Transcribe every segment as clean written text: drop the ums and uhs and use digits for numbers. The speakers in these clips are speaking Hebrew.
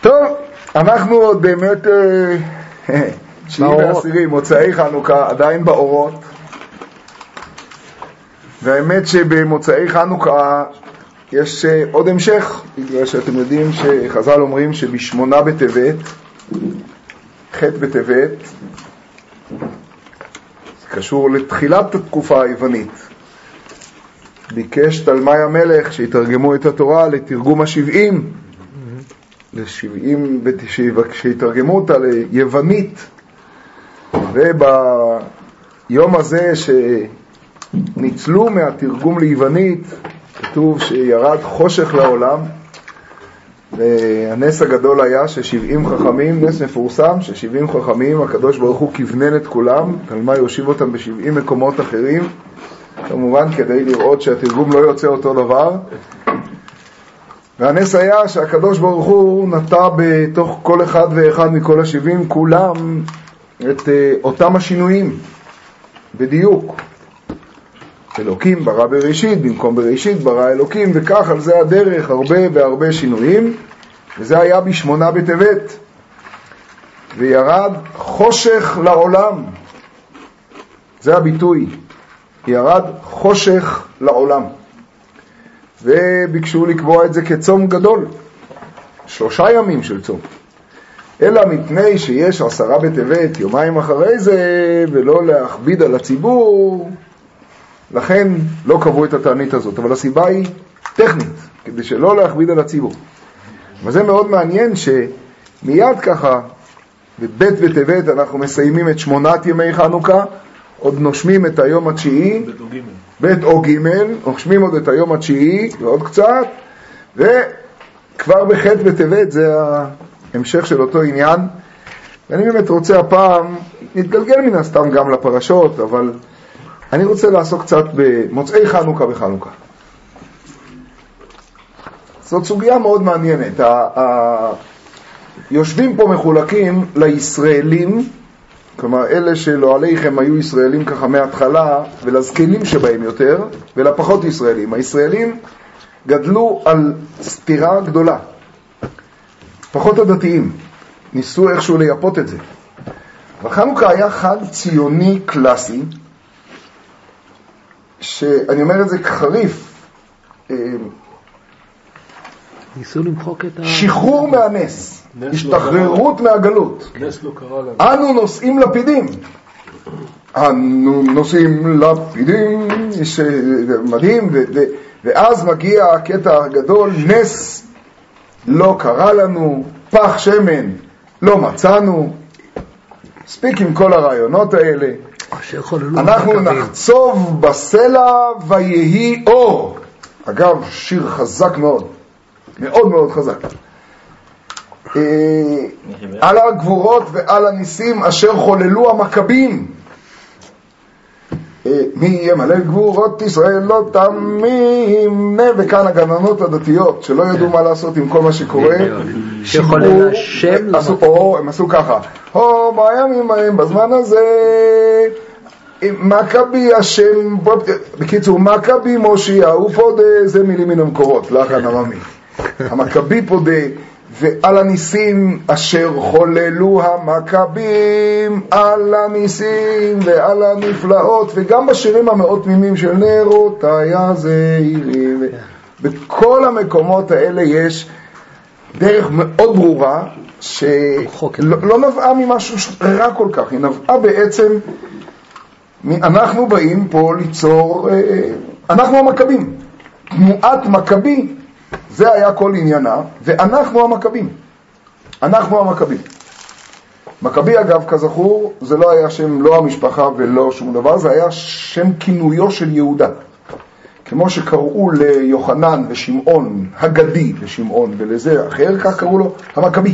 טוב, אנחנו עוד באמת 9/10, מוצאי חנוכה, עדיין באורות. והאמת שבמוצאי חנוכה יש עוד המשך, בגלל שאתם יודעים שחז"ל אומרים שבשמונה בטבת, ח' בטבת, זה קשור לתחילת התקופה היוונית. ביקש תלמי המלך שיתרגמו את התורה לתרגום ה-70, שיתרגמו אותה ליוונית. וביום הזה שניצלו מהתרגום ליוונית, כתוב שירד חושך לעולם, והנס הגדול היה ש70 חכמים, נס מפורסם, ש70 חכמים, הקדוש ברוך הוא כיוונן את כולם, תלמי יושיב אותם ב70 מקומות אחרים, כמובן כדי לראות שהתרגום לא יוצא אותו דבר. והנס היה שהקדוש ברוך הוא נטע בתוך כל אחד ואחד מכל ה70 כולם את אותם השינויים בדיוק. אלוקים ברא בראשית, במקום בראשית ברא אלוקים, וכך על זה הדרך הרבה והרבה שינויים. וזה היה בשמונה בטבת, וירד חושך לעולם. זה הביטוי, ירד חושך לעולם. וביקשו לקבוע את זה כצום גדול, 3 ימים של צום, אלא מפני שיש 10 בטבת יומיים אחרי זה, ולא להכביד על הציבור, לכן לא קבעו את התענית הזאת. אבל הסיבה היא טכנית, כדי שלא להכביד על הציבור. וזה מאוד מעניין שמיד ככה בבית בטבת אנחנו מסיימים את 8 ימי חנוכה, עוד נושמים את היום התשיעי, בית או ג', נושמים עוד את היום התשיעי ועוד קצת, וכבר בח' בטבת זה ההמשך של אותו עניין. ואני באמת רוצה הפעם, נתגלגל מן הסתם גם לפרשות, אבל אני רוצה לעסוק קצת במוצאי חנוכה וחנוכה. זאת סוגיה מאוד מעניינת. יושבים פה מחולקים לישראלים, כלומר אלה שלא עליכם היו ישראלים ככה מההתחלה, ולזקנים שבהם יותר, ולפחות ישראלים. הישראלים גדלו על סתירה גדולה, פחות הדתיים, ניסו איכשהו לייפות את זה. וחנוכה היה חג ציוני קלאסי, שאני אומר את זה חריף, ניסו למחוק את שחרור מהנס, השתחררות מהגלות. נס לא קרה לנו. אנו נושאים לפידים, אנו נושאים לפידים, מדהים. ואז מגיע הקטע הגדול, נס לא קרה לנו, פח שמן לא מצאנו. מספיק עם כל הרעיונות האלה. אנחנו נחצוב בסלע ויהי אור. אגב, שיר חזק מאוד, מאוד מאוד חזק. על הגבורות ועל הניסים אשר חוללו המכבים. מי ימלא גבורות ישראל לא תמים. וכאן הגננות הדתיות שלא ידעו מה לעשות עם כל מה שקורה, שחולל השם הם עשו ככה, בימים ההם בזמן הזה מכבי השם, בקיצור מכבי מושיע הוא פודה, זה מילים מן המקורות, לחן עממי. המכבי פודה, ועל הניסים אשר חוללו המכבים, על הניסים ועל הנפלאות, וגם בשירים המאוד תמימים של נרות היה זעירים. בכל המקומות האלה יש דרך מאוד ברורה שלא נבעה ממשהו רע כל כך, היא נבעה בעצם, אנחנו באים פה ליצור, אנחנו המכבים, תנועת מכבי, זה היה כל עניינה, ואנחנו המכבים. אנחנו המכבים. מכבי אגב, כזכור, זה לא היה שם, לא המשפחה ולא שום דבר, זה היה שם כינויו של יהודה. כמו שקראו ליוחנן ושמעון, הגדי לשמעון ולזה אחר, כך קראו לו המכבי.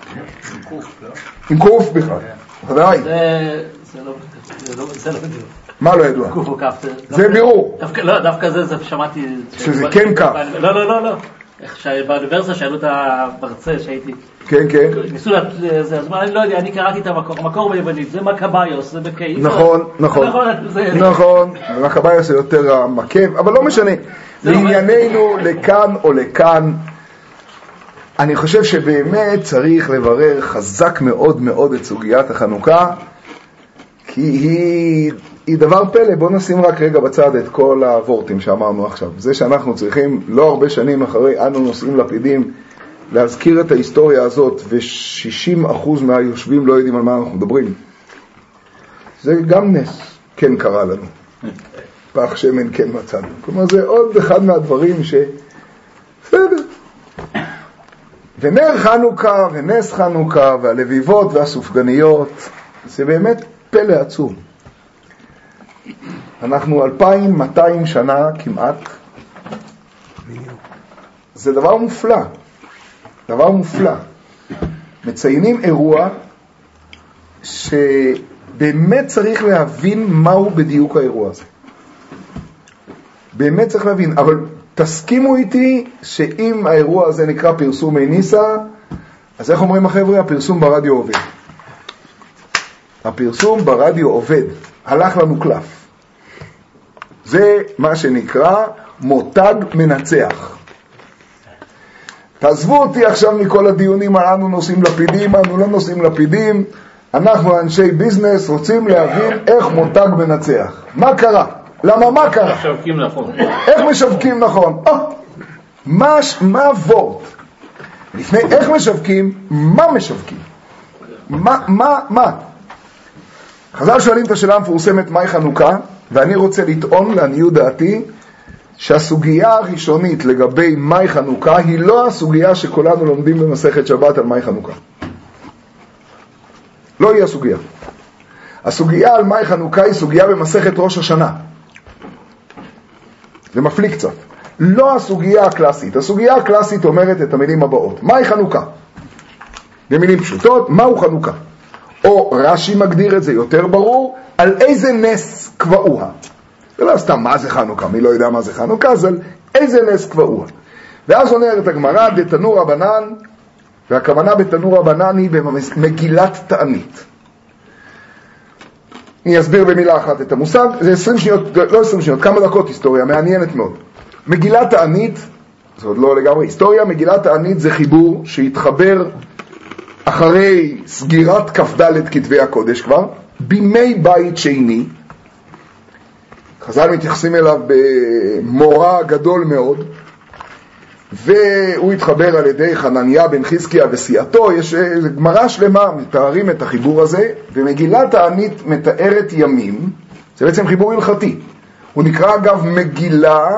עם קוף בכלל. ודאי. זה לא בדיוק. מה לא ידוע? קוף או כף. זה בירור. דווקא זה שמעתי. שזה כן כף. לא. איך שבאוניברסיטה שאלו את המרצה שהייתי. כן. ניסו לזה, אז אני לא יודע, אני קראתי את המקור ביוונית, זה מקביוס, זה בקאי. נכון. מקביוס זה יותר המקב, אבל לא משנה. לענייננו, לכאן או לכאן, אני חושב שבאמת צריך לברר חזק מאוד מאוד את סוגיית החנוכה, כי היא דבר פלא. בוא נשים רק רגע בצד את כל הוורטים שאמרנו עכשיו. זה שאנחנו צריכים לא הרבה שנים אחרי אנו נושאים לפידים להזכיר את ההיסטוריה הזאת, ו60% מהיושבים לא יודעים על מה אנחנו מדברים. זה גם נס, כן קרה לנו. פח שמן כן מצאנו. כלומר זה עוד אחד מהדברים ש... בסדר. ונר חנוכה ונס חנוכה והלביבות והסופגניות, זה באמת פלא עצום. אנחנו 2200 שנה כמעט. זה דבר מופלא. דבר מופלא. מציינים אירוע שבאמת צריך להבין מהו בדיוק האירוע הזה. באמת צריך להבין, אבל תסכימו איתי שאם האירוע הזה נקרא פרסומי ניסה, אז איך אומרים החבר'ה? הפרסום ברדיו עובד. הפרסום ברדיו עובד. הלך לנו קלף. זה מה שנקרא מותג מנצח. תעזבו אותי עכשיו מכל הדיונים על אנו נושאים לפידים, אנו לא נושאים לפידים. אנחנו אנשי ביזנס רוצים להבין איך מותג מנצח. מה קרה? למה מה קרה? משווקים נכון. איך משווקים נכון? מה הוורט? לפני איך משווקים, מה משווקים? מה? חז"ל שואלים את השאלה המפורסמת מהי חנוכה, ואני רוצה לטעון לעניות דעתי שהסוגיה הראשונית לגבי מהי חנוכה היא לא הסוגיה שכולנו לומדים במסכת שבת על מהי חנוכה. לא היא הסוגיה. הסוגיה על מהי חנוכה היא סוגיה במסכת ראש השנה. זה מפליא קצת. לא הסוגיה הקלאסית. הסוגיה הקלאסית אומרת את המילים הבאות. מהי חנוכה? במילים פשוטות, מהו חנוכה? או רש"י מגדיר את זה יותר ברור, על איזה נס קבעוה. זה לא סתם מה זה חנוכה, מי לא יודע מה זה חנוכה, אז על איזה נס קבעוה. ואז אומרת הגמרא, דתנור רבנן, והכוונה בתנור רבנן היא במגילת תענית. אני אסביר במילה אחת את המושג, זה 20 שניות, לא 20 שניות, כמה דקות היסטוריה, מעניינת מאוד. מגילת תענית, זה עוד לא לגמרי היסטוריה, מגילת תענית זה חיבור שהתחבר אחרי סגירת כ"ד כתבי הקודש כבר, בימי בית שני, חז"ל מתייחסים אליו במורא גדול מאוד, והוא התחבר על ידי חנניה בן חזקיה וסיעתו. יש גמרא שלמה מתארים את החיבור הזה, ומגילת תענית מתארת ימים, זה בעצם חיבור הלכתי. הוא נקרא אגב מגילה,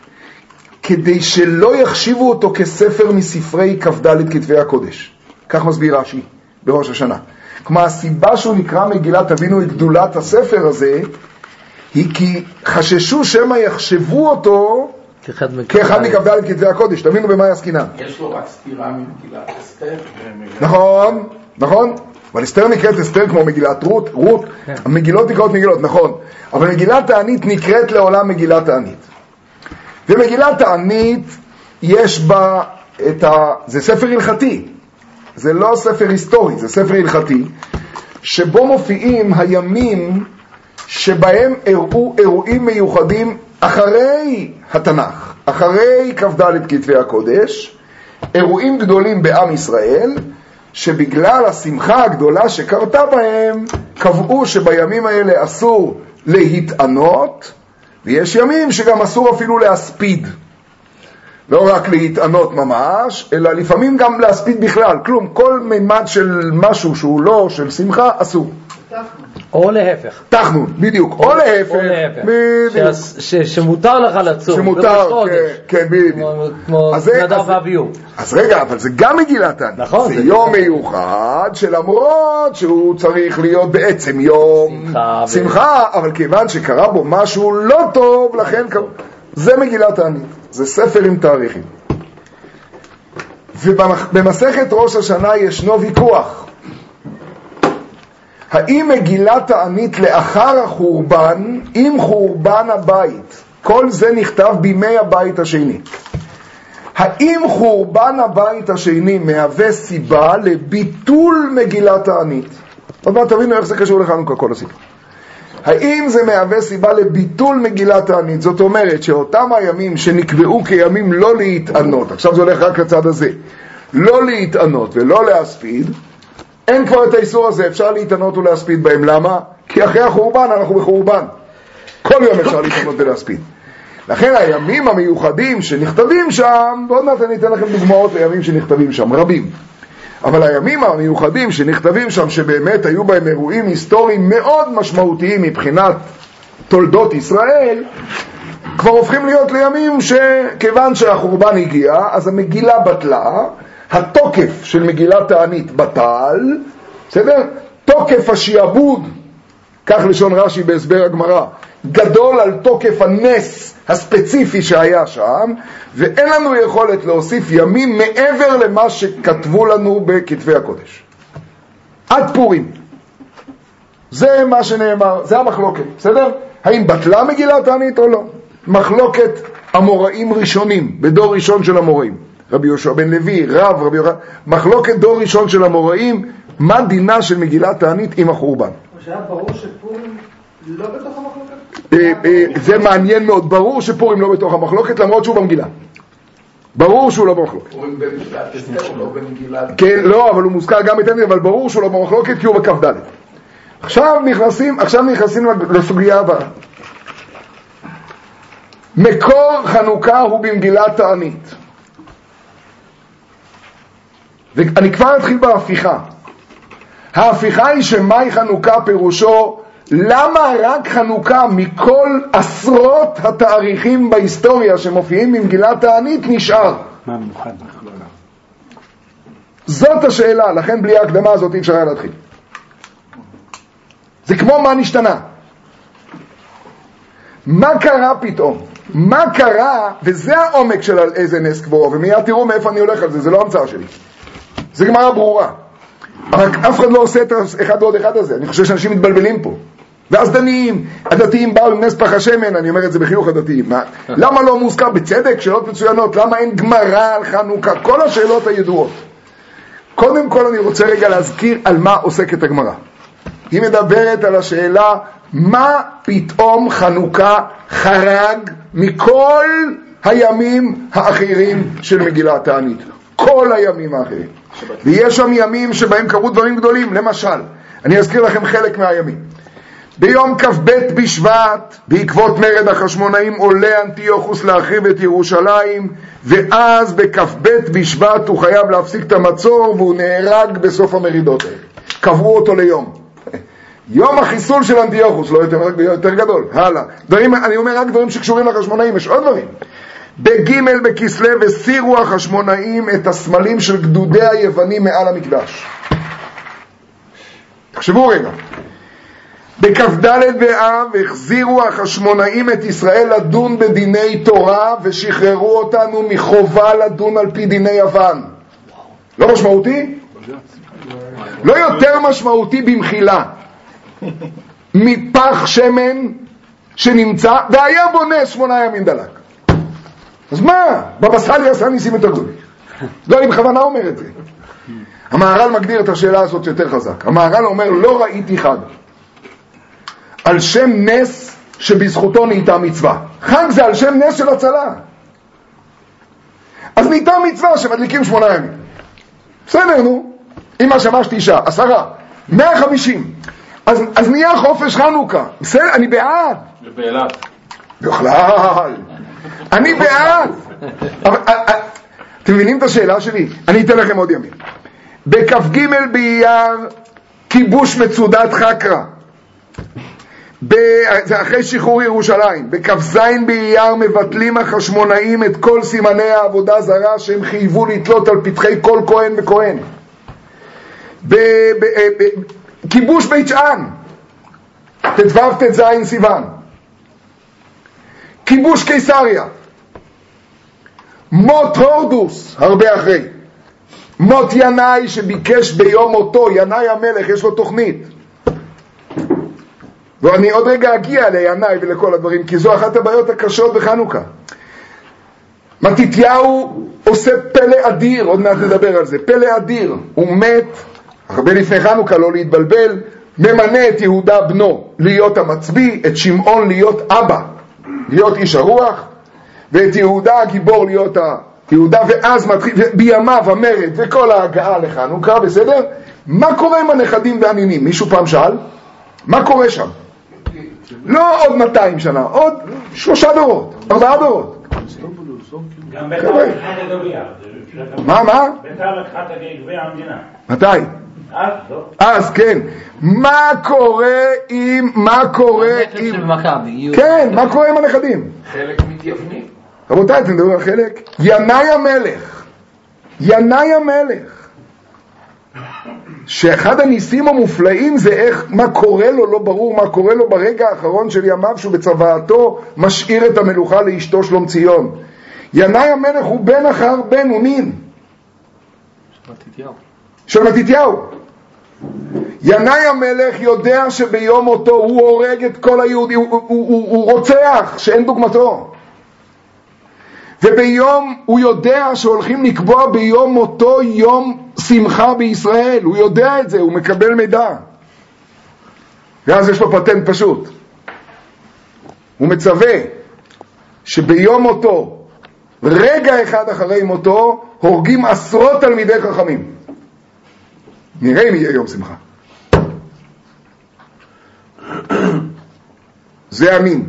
כדי שלא יחשיבו אותו כספר מספרי כ"ד כתבי הקודש. כך מסביר רש"י בראש השנה. כלומר, הסיבה שהוא נקרא מגילה, תבינו את גדולת הספר הזה, היא כי חששו שמא יחשבו אותו כאחד מכ"ד כתבי הקודש. תבינו במה יסקינן. יש לו רק סתירה ממגילת אסתר. נכון, נכון. אבל אסתר נקראת אסתר כמו מגילת רות. המגילות נקראות מגילות, נכון. אבל מגילת תענית נקראת לעולם מגילת תענית. ומגילת תענית יש בה זה ספר הלכתי. זה לא ספר היסטורי, זה ספר הלכתי, שבו מופיעים הימים שבהם אירעו אירועים מיוחדים אחרי התנ"ך, אחרי כ"ד כתבי הקודש, אירועים גדולים בעם ישראל, שבגלל השמחה הגדולה שקרתה בהם, קבעו שבימים האלה אסור להתענות, ויש ימים שגם אסור אפילו להספיד. לא רק להתענות ממש, אלא לפעמים גם להספיד בכלל. כלום, כל מימד של משהו שהוא לא של שמחה, אסור. או להפך. תחנון, בדיוק. או להפך. בדיוק. שמותר לך לצום. שמותר, כן, בדיוק. כמו נדב ואביהו. אז רגע, אבל זה גם מגילת תענית. נכון. זה יום מיוחד, שלמרות שהוא צריך להיות בעצם יום שמחה, אבל כיוון שקרה בו משהו לא טוב, לכן זה מגילת תענית. זה ספר עם תאריכים. ובמסכת ראש השנה ישנו ויכוח. האם מגילת תענית לאחר החורבן, עם חורבן הבית, כל זה נכתב בימי הבית השני. האם חורבן הבית השני מהווה סיבה לביטול מגילת תענית? עוד מעט תבינו איך זה קשור לחנוכה כל הסיפור. האם זה מהווה סיבה לביטול מגילת תענית? זאת אומרת שאותם הימים שנקבעו כימים לא להתענות, עכשיו זה הולך רק לצד הזה, לא להתענות ולא להספיד, אין כבר את האיסור הזה, אפשר להתענות ולהספיד בהם. למה? כי אחרי החורבן אנחנו בחורבן. כל יום אפשר להתענות ולהספיד. לכן הימים המיוחדים שנכתבים שם, ועוד מעט אני אתן לכם דוגמאות לימים שנכתבים שם, רבים. אבל הימים המיוחדים שנכתבים שם, שבאמת היו בהם אירועים היסטוריים מאוד משמעותיים מבחינת תולדות ישראל, כבר הופכים להיות לימים שכיוון שהחורבן הגיע, אז המגילה בטלה, התוקף של מגילת תענית בטל, בסדר? תוקף השיעבוד, כך לשון רש"י בהסבר הגמרא, גדול על תוקף הנס הספציפי שהיה שם, ואין לנו יכולת להוסיף ימים מעבר למה שכתבו לנו בכתבי הקודש. עד פורים. זה מה שנאמר, זה המחלוקת, בסדר? האם בטלה מגילת תענית או לא? מחלוקת אמוראים ראשונים, בדור ראשון של אמוראים. רבי יהושע בן לוי, רב, רבי יוחנן, מחלוקת דור ראשון של אמוראים, מה דינה של מגילת תענית עם החורבן? שהיה ברור שפורים לא בתוך המחלוקת? זה מעניין מאוד, ברור שפורים לא בתוך המחלוקת, למרות שהוא במגילה. ברור שהוא לא במחלוקת. פורים במגילת אסתר או לא במגילת... כן, לא, אבל הוא מוזכר גם בתניא, אבל ברור שהוא לא במחלוקת כי הוא בכ"ד. עכשיו נכנסים לסוגיה הבאה. מקור חנוכה הוא במגילת תענית. ואני כבר אתחיל בהפיכה. ההפיכה היא שמאי חנוכה פירושו, למה רק חנוכה מכל עשרות התאריכים בהיסטוריה שמופיעים במגילת תענית נשאר? מה מיוחד? זאת השאלה, לכן בלי ההקדמה הזאת אי אפשר היה להתחיל. זה כמו מה נשתנה. מה קרה פתאום? מה קרה, וזה העומק של על איזה נס קבורו, ומיד תראו מאיפה אני הולך על זה, זה לא המצאה שלי. זה גמרא ברורה. אבל אף אחד לא עושה את אחד ועוד אחד הזה. אני חושב שאנשים מתבלבלים פה. ואז הדתיים באו עם נס פח השמן, אני אומר את זה בחיוך הדתיים. למה לא מוזכר בצדק? שאלות מצוינות. למה אין גמרא על חנוכה? כל השאלות הידועות. קודם כל אני רוצה רגע להזכיר על מה עוסקת הגמרא. היא מדברת על השאלה, מה פתאום חנוכה חרג מכל הימים האחרים של מגילת תענית? כל הימים האחרים. ויש שם ימים שבהם קרו דברים גדולים. למשל, אני אזכיר לכם חלק מהימים. ביום כ"ב בשבט, בעקבות מרד החשמונאים, עולה אנטיוכוס להחריב את ירושלים, ואז בכ"ב בשבט הוא חייב להפסיק את המצור, והוא נהרג בסוף המרידות האלה. קבעו אותו ליום. יום החיסול של אנטיוכוס, לא יותר גדול. הלאה. אני אומר רק דברים שקשורים לחשמונאים, יש עוד דברים. בג' בכסלו הסירו החשמונאים את הסמלים של גדודי היוונים מעל המקדש. תחשבו רגע. בכ"ד באב החזירו החשמונאים את ישראל לדון בדיני תורה ושחררו אותנו מחובה לדון על פי דיני יוון. לא משמעותי? לא יותר משמעותי במחילה מפח שמן שנמצא והיה בו נס 8 ימים דלק. אז מה? בבא סאלי עשה ניסים יותר גדולים. לא, אני בכוונה אומר את זה. המהר"ל מגדיר את השאלה הזאת יותר חזק. המהר"ל אומר, לא ראיתי חג על שם נס שבזכותו נהייתה מצווה. חג זה על שם נס של הצלה. אז נהייתה מצווה שמדליקים 8 ימים. בסדר, נו. אמא שמש 9, 10, 150. אז נהיה חופש חנוכה. בסדר, אני בעד. ובאלת. בכלל. אני בעד. אתם מבינים את השאלה שלי? אני אתן לכם עוד ימים. בכ"ג באייר כיבוש מצודת חקרא. זה אחרי שחרור ירושלים. בכ"ז באייר מבטלים החשמונאים את כל סימני העבודה זרה שהם חייבו לתלות על פתחי כל כהן וכהן. כיבוש בית שאן, ט"ו ט"ז סיוון. כיבוש קיסריה. מות הורדוס הרבה אחרי. מות ינאי שביקש ביום מותו, ינאי המלך יש לו תוכנית, ואני עוד רגע אגיע לינאי ולכל הדברים, כי זו אחת הבעיות הקשות בחנוכה. מתתיהו עושה פלא אדיר, עוד מעט נדבר על זה, פלא אדיר. הוא מת הרבה לפני חנוכה, לא להתבלבל, ממנה את יהודה בנו להיות המצביא, את שמעון להיות אבא, להיות איש הרוח, ואת יהודה הגיבור להיות יהודה ואז מתחיל, בימיו המרד וכל ההגעה לחנוכה, בסדר? מה קורה עם הנכדים והנינים? מישהו פעם שאל? מה קורה שם? לא עוד 200 שנה, עוד 3 דורות, 4 דורות. גם ביתר לקחה את הגביע. מה? ביתר לקחה את הגביע המדינה. מתי? אז כן. מה קורה עם כן, מה קורה עם הנכדים? חלק מתייוונים. רבותיי, אתם מדברים על חלק? ינאי המלך, שאחד הניסים המופלאים זה איך, מה קורה לו, לא ברור מה קורה לו ברגע האחרון של ימיו, שהוא בצוואתו משאיר את המלוכה לאשתו שלום ציון. ינאי המלך הוא בן אחר בן, הוא מין של מתתיהו. ינאי המלך יודע שביום מותו הוא הורג את כל היהודים, הוא רוצח שאין דוגמתו, וביום הוא יודע שהולכים לקבוע ביום מותו יום שמחה בישראל, הוא יודע את זה, הוא מקבל מידע, ואז יש לו פטנט פשוט, הוא מצווה שביום מותו, רגע אחד אחרי מותו, הורגים 10 תלמידי חכמים. נראה אם יהיה יום שמחה. זה המין.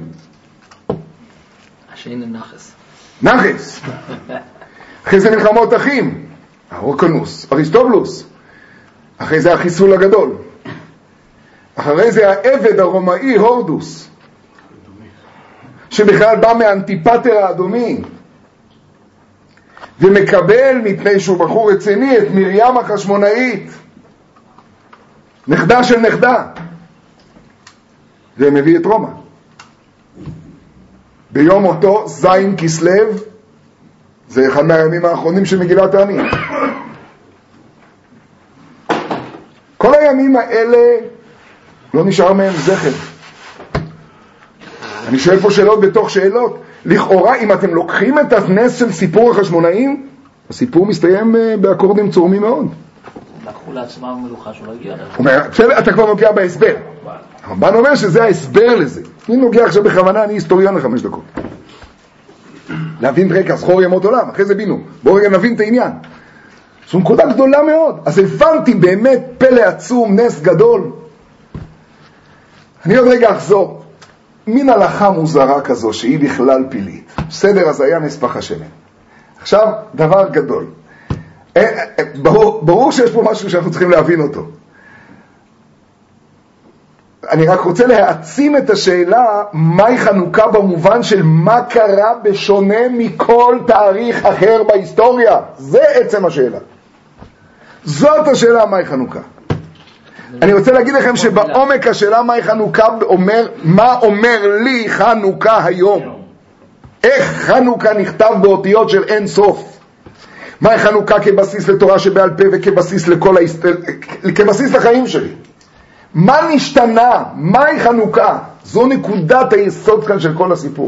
השני נחס. אחרי זה מלחמות אחים, הרוקנוס, אריסטובלוס. אחרי זה החיסול הגדול. אחרי זה העבד הרומאי הורדוס, שבכלל בא מאנטיפטר האדומי, ומקבל מפני שהוא בחור רציני את מרים החשמונאית, נכדה של נכדה, ומביא את רומא. ביום אותו זין כסלו, זה אחד מהימים האחרונים של מגילת תענית. כל הימים האלה לא נשאר מהם זכר. אני שואל פה שאלות בתוך שאלות. לכאורה, אם אתם לוקחים את הנס של סיפור החשמונאים, הסיפור מסתיים באקורדים צורמים מאוד. לקחו לעצמם מלוכה שלא הגיעה. אתה כבר נוגע בהסבר. הרמב"ן אומר שזה ההסבר לזה. אני נוגע עכשיו בכוונה, אני היסטוריון ל5 דקות. להבין רקע, זכור ימות עולם, אחרי זה בינו. בואו רגע נבין את העניין. זו נקודה גדולה מאוד. אז הבנתי באמת פלא עצום, נס גדול. אני עוד רגע אחזור. מין הלכה מוזרה כזו שהיא בכלל פילית. בסדר, אז היה נס פח השמן. עכשיו, דבר גדול. ברור שיש פה משהו שאנחנו צריכים להבין אותו. אני רק רוצה להעצים את השאלה, מהי חנוכה במובן של מה קרה בשונה מכל תאריך אחר בהיסטוריה. זה עצם השאלה. זאת השאלה, מהי חנוכה. אני רוצה להגיד לכם שבעומק השאלה מהי חנוכה אומר, מה אומר לי חנוכה היום? איך חנוכה נכתב באותיות של אין סוף? מהי חנוכה כבסיס לתורה שבעל פה וכבסיס כבסיס לחיים שלי? מה נשתנה? מהי חנוכה? זו נקודת היסוד כאן של כל הסיפור.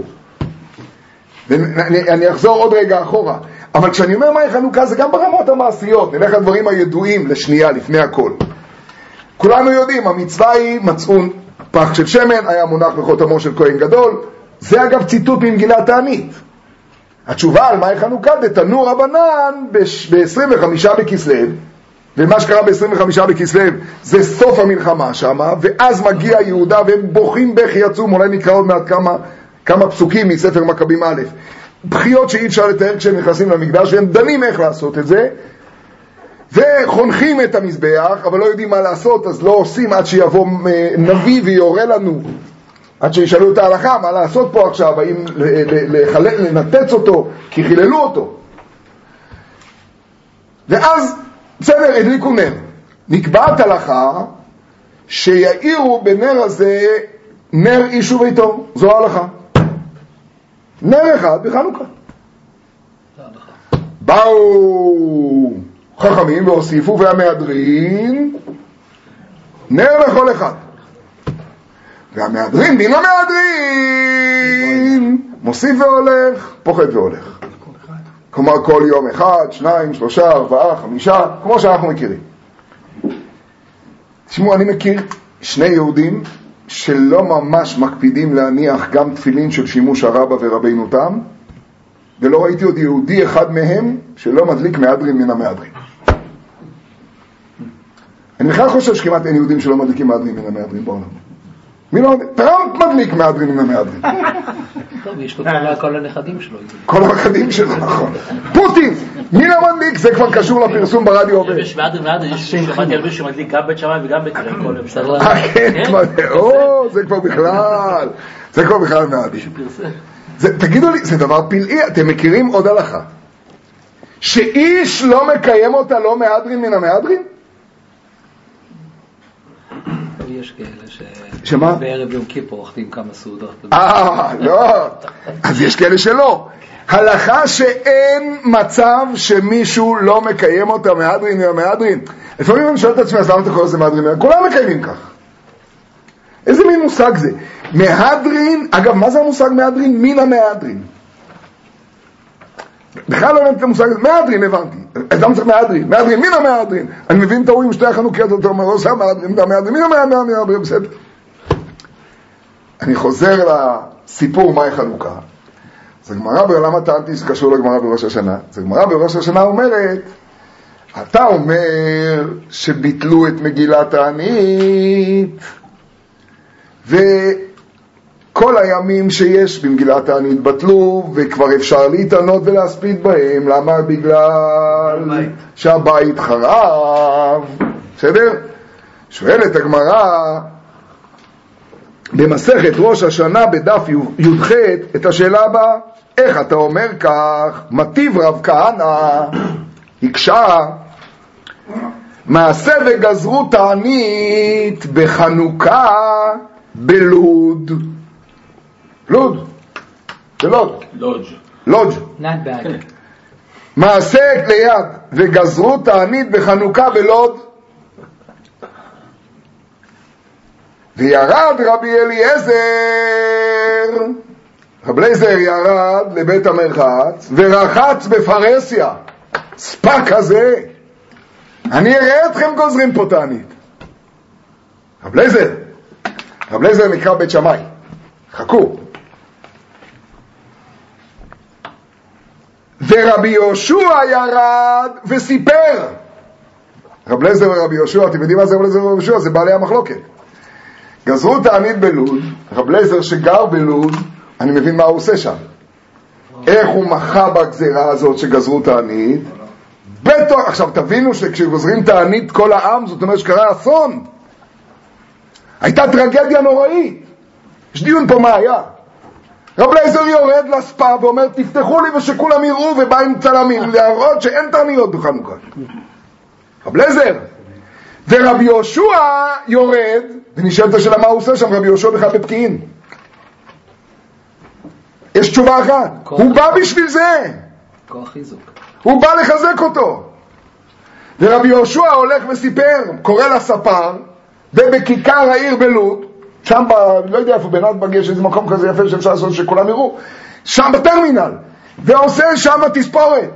אני אחזור עוד רגע אחורה. אבל כשאני אומר מהי חנוכה זה גם ברמות המעשיות. נלך לדברים הידועים לשנייה לפני הכל. כולנו יודעים, המצווה היא מצאו פח של שמן, היה מונח בחותמו של כהן גדול. זה אגב ציטוט ממגילת תענית. התשובה על מהי חנוכה, דתנו רבנן ב-25 בכסלו, ומה שקרה ב-25 בכסלו זה סוף המלחמה שם, ואז מגיע יהודה והם בוכים בכי עצום. אולי נקרא עוד מעט כמה פסוקים מספר מכבים א', בחיות שאי אפשר לתאר כשהם נכנסים למקדש, והם דנים איך לעשות את זה, וחונכים את המזבח, אבל לא יודעים מה לעשות, אז לא עושים עד שיבוא נביא ויורה לנו, עד שישאלו את ההלכה מה לעשות פה עכשיו, האם לנתץ אותו, כי חיללו אותו. ואז בסדר, הדליקו נר. נקבעת הלכה שיעירו בנר הזה נר איש וביתו. זו ההלכה. נר אחד בחנוכה. באו חכמים והוסיפו והמהדרין נר לכל אחד. והמהדרין, בין המהדרין מוסיף והולך, פוחד והולך. כלומר כל יום 1, 2, 3, 4, 5, כמו שאנחנו מכירים. תשמעו, אני מכיר 2 יהודים שלא ממש מקפידים להניח גם תפילין של שימוש הרבה ורבינו תם, ולא ראיתי עוד יהודי אחד מהם שלא מדליק מהדרין מן המהדרין. אני בכלל חושב שכמעט אין יהודים שלא מדליקים מהדרין מן המהדרין בעולם. מי לא מדליק? טראמפ מדליק מהדרין מן המהדרין. טוב, יש לו כל הנכדים שלו. כל הנכדים שלו, נכון. פוטין! מי לא מדליק? זה כבר קשור לפרסום ברדיו. יש מהדרין, יש שמעתי על מישהו שמדליק גם בית שמיים וגם בית הלל כל יום. כן, זה כבר בכלל. זה כבר בכלל מהדרין. תגידו לי, זה דבר פלאי, אתם מכירים עוד הלכה שאיש לא מקיים אותה לא מהדרין מן המהדרין? יש כאלה שמה? בערב יום כיפור אוכלים כמה סעודות. לא, אז יש כאלה שלא. הלכה שאין מצב שמישהו לא מקיים אותה מהדרין מן המהדרין. לפעמים אני שואל את עצמי, אז למה אתה קורא לזה מהדרין? כולם מקיימים כך. איזה מין מושג זה? מהדרין, אגב, מה זה המושג מהדרין? מן המהדרין. בכלל לא הבנתי את המושג הזה, מהדרין הבנתי. אז למה צריך מהדרין? מהדרין, מן המהדרין. אני מבין את ההוא עם שתי החנוכיות, אתה אומר, עושה מהדרין, מן המהדרין, בסדר. אני חוזר לסיפור מהי חנוכה. אז הגמרא בעולם הטענתי שקשור לגמרא בראש השנה. אז הגמרא בראש השנה אומרת, אתה אומר שביטלו את מגילת הענית, וכל הימים שיש במגילת הענית בטלו, וכבר אפשר להתענות ולהספיד בהם. למה? בגלל שהבית חרב. בסדר? שואלת הגמרא במסכת ראש השנה בדף י"ח את השאלה הבאה, איך אתה אומר כך? מטיב רב כהנא הקשה, מעשה וגזרו תענית בחנוכה בלוד. לוד? בלוד. לודג'. מעשה ליד וגזרו תענית בחנוכה בלוד. וירד רבי אליעזר, רבי אליעזר ירד לבית המרחץ ורחץ בפרסיה, ספק כזה, אני אראה אתכם גוזרים פה תענית. רבי אליעזר נקרא בית שמאי, חכו. ורבי יהושע ירד וסיפר. רבי אליעזר ורבי יהושע, אתם יודעים מה זה רבי אליעזר ורבי יהושע? זה בעלי המחלוקת. גזרו תענית בלוד, רב אליעזר שגר בלוד, אני מבין מה הוא עושה שם. איך הוא מחה בגזירה הזאת שגזרו תענית? עכשיו תבינו שכשגוזרים תענית כל העם, זאת אומרת שקרה אסון. הייתה טרגדיה נוראית. יש דיון פה מה היה. רב אליעזר יורד לספה ואומר, תפתחו לי ושכולם יראו, ובא עם צלמים להראות שאין תעניות בחנוכה. רב אליעזר. ורבי יהושע יורד, ונשאלת השאלה מה הוא עושה שם. רבי יהושע בכלל בפקיעין. יש תשובה אחת, הוא בא בשביל זה, כוח חיזוק, הוא בא לחזק אותו. ורבי יהושע הולך וסיפר, קורא לספר, ובכיכר העיר בלוד, שם לא יודע איפה, בנתב"ג יש איזה מקום כזה יפה שאפשר לעשות שכולם יראו, שם בטרמינל, ועושה שם תספורת.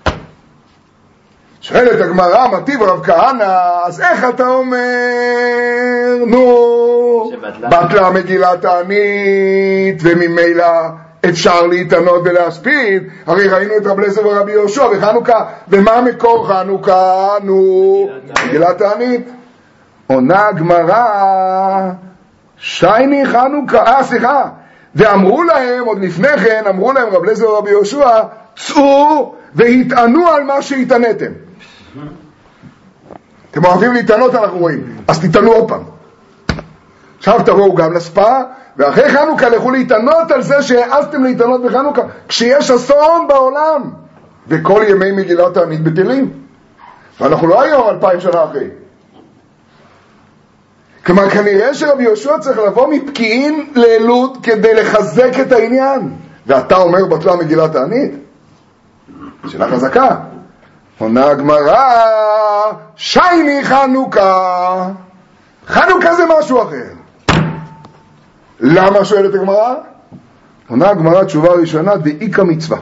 שואלת הגמרא, מטיב רב כהנא, אז איך אתה אומר? נו, בטלה מגילת הענית, וממילא אפשר להתענות ולהספיד. הרי ראינו את רב אליעזר ורבי יהושע בחנוכה, ומה מקור חנוכה? נו, מגילת הענית. עונה הגמרא, שייני חנוכה, סליחה, ואמרו להם, עוד לפני כן, אמרו להם רב אליעזר ורבי יהושע, צאו והתענו על מה שהתענתם. אתם אוהבים להתענות, אנחנו רואים, אז תתענו עוד פעם. עכשיו תבואו גם לספה, ואחרי חנוכה לכו להתענות על זה שהעזתם להתענות בחנוכה, כשיש אסון בעולם, וכל ימי מגילת הענית בטלים. ואנחנו לא היום 2000 שנה אחרי. כלומר, כנראה שרבי יהושע צריך לבוא מפקיעין ללוד כדי לחזק את העניין. ואתה אומר בטלה מגילת הענית? שאלה חזקה. עונה הגמרא, שייני חנוכה. חנוכה זה משהו אחר. למה שואלת הגמרא? עונה הגמרא תשובה ראשונה, דאיקה מצווה.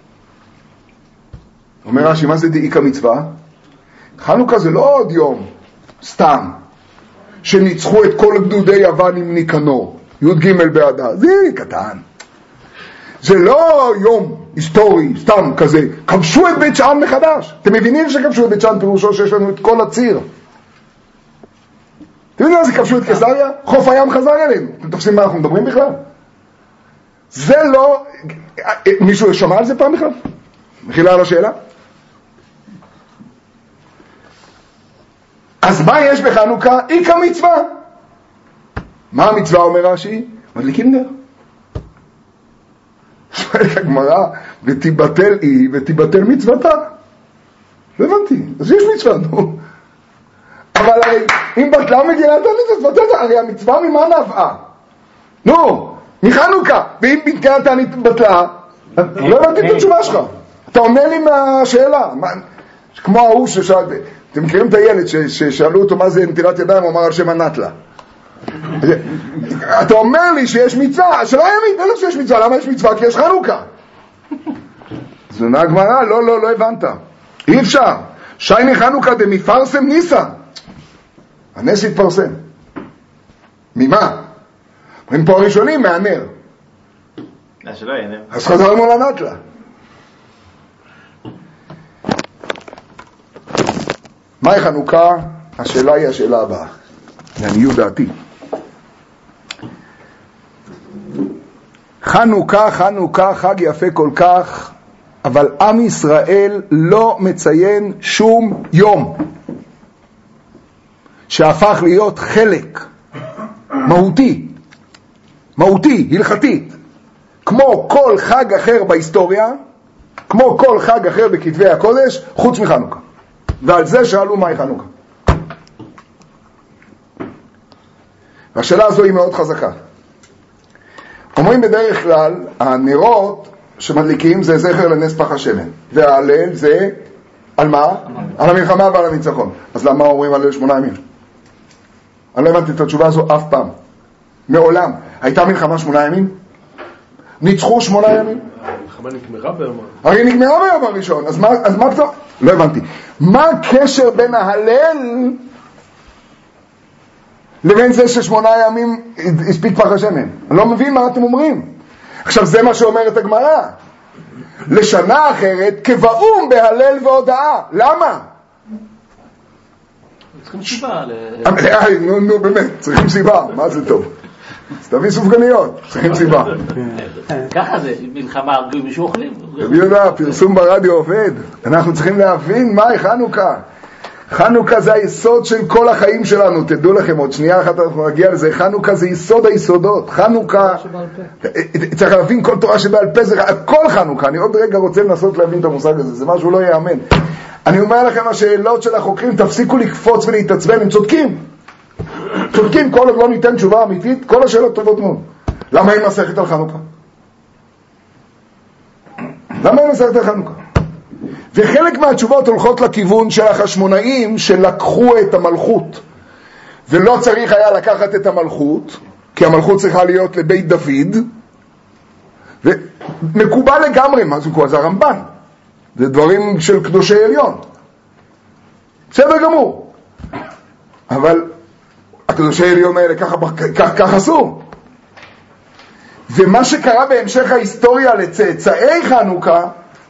אומר רש"י, מה זה דאיקה מצווה? חנוכה זה לא עוד יום, סתם, שניצחו את כל גדודי יוון עם ניקנור, י' ג' באדר, זה קטן. זה לא יום היסטורי, סתם כזה, כבשו את בית שאן מחדש. אתם מבינים שכבשו את בית שאן פירושו שיש לנו את כל הציר? אתם יודעים מה זה כבשו את קיסריה? חוף הים חזר אלינו. אתם תופסים מה אנחנו מדברים בכלל? זה לא... מישהו שמע על זה פעם בכלל? מחילה על השאלה? אז מה יש בחנוכה? איקה מצווה. מה המצווה אומר רש"י? מדליקים נר. שואלת הגמרא, ותיבטל היא ותיבטל מצוותה. לא הבנתי, אז יש מצווה, נו. אבל הרי אם בטלה מגילת הענית, הרי המצווה ממה נבעה? נו, מחנוכה. ואם מגילת הענית בטלה, לא הבנתי את התשובה שלך. אתה עונה לי מהשאלה. כמו ההוא ששאל, אתם מכירים את הילד ששאלו אותו מה זה נטילת ידיים, הוא אמר על שם הנטלה. אתה אומר לי שיש מצווה, שלא ימית, לא שיש מצווה, למה יש מצווה? כי יש חנוכה. אז עונה הגמרא, לא הבנת. אי אפשר. שייני חנוכה דמפרסם ניסה. הנס התפרסם. ממה? אומרים פה הראשונים מהנר. שלא יהיה נר. אז חזרנו לנטלה. מהי חנוכה? השאלה היא השאלה הבאה. לעניות דעתי. חנוכה, חג יפה כל כך, אבל עם ישראל לא מציין שום יום שהפך להיות חלק מהותי, הלכתית, כמו כל חג אחר בהיסטוריה, כמו כל חג אחר בכתבי הקודש, חוץ מחנוכה. ועל זה שאלו מהי חנוכה. והשאלה הזו היא מאוד חזקה. אומרים בדרך כלל, הנרות שמדליקים זה זכר לנס פח השמן, וההלל זה על מה? על המלחמה ועל הניצחון. אז למה אומרים הלל 8 ימים? אני לא הבנתי את התשובה הזו אף פעם. מעולם. הייתה מלחמה 8 ימים? ניצחו 8 ימים? המלחמה נגמרה ביום הראשון. הרי נגמרה ביום הראשון, אז מה פתאום? לא הבנתי. מה הקשר בין ההלל לבין זה ש8 ימים הספיק פח השמן? אני לא מבין מה אתם אומרים. עכשיו זה מה שאומרת הגמרא. לשנה אחרת כבאום בהלל והודעה. למה? צריכים סיבה. נו באמת, צריכים סיבה. מה זה טוב? אז תביא סופגניות, צריכים סיבה. ככה זה, מלחמה הרגים מישהו אוכלים. רבי יהודה, פרסום ברדיו עובד. אנחנו צריכים להבין מהי חנוכה. חנוכה זה היסוד של כל החיים שלנו. תדעו לכם, עוד שנייה אחת אנחנו נגיע לזה. חנוכה זה יסוד היסודות. חנוכה, צריך להבין כל תורה שבעל פה, זה הכל חנוכה. אני עוד רגע רוצה לנסות להבין את המושג הזה, זה משהו לא יאמן. אני אומר לכם, השאלות של החוקרים, תפסיקו לקפוץ ולהתעצבן, הם צודקים. צודקים, כל עוד לא ניתן תשובה אמיתית, כל השאלות טובות מאוד. למה היא מסכת על חנוכה? למה היא מסכת על חנוכה? וחלק מהתשובות הולכות לכיוון של החשמונאים שלקחו את המלכות, ולא צריך היה לקחת את המלכות, כי המלכות צריכה להיות לבית דוד, ומקובל לגמרי, מה זה מקובל? זה הרמב"ן, זה דברים של קדושי עליון, בסדר גמור, אבל הקדושי עליון האלה כך עשו. ומה שקרה בהמשך ההיסטוריה לצאצאי חנוכה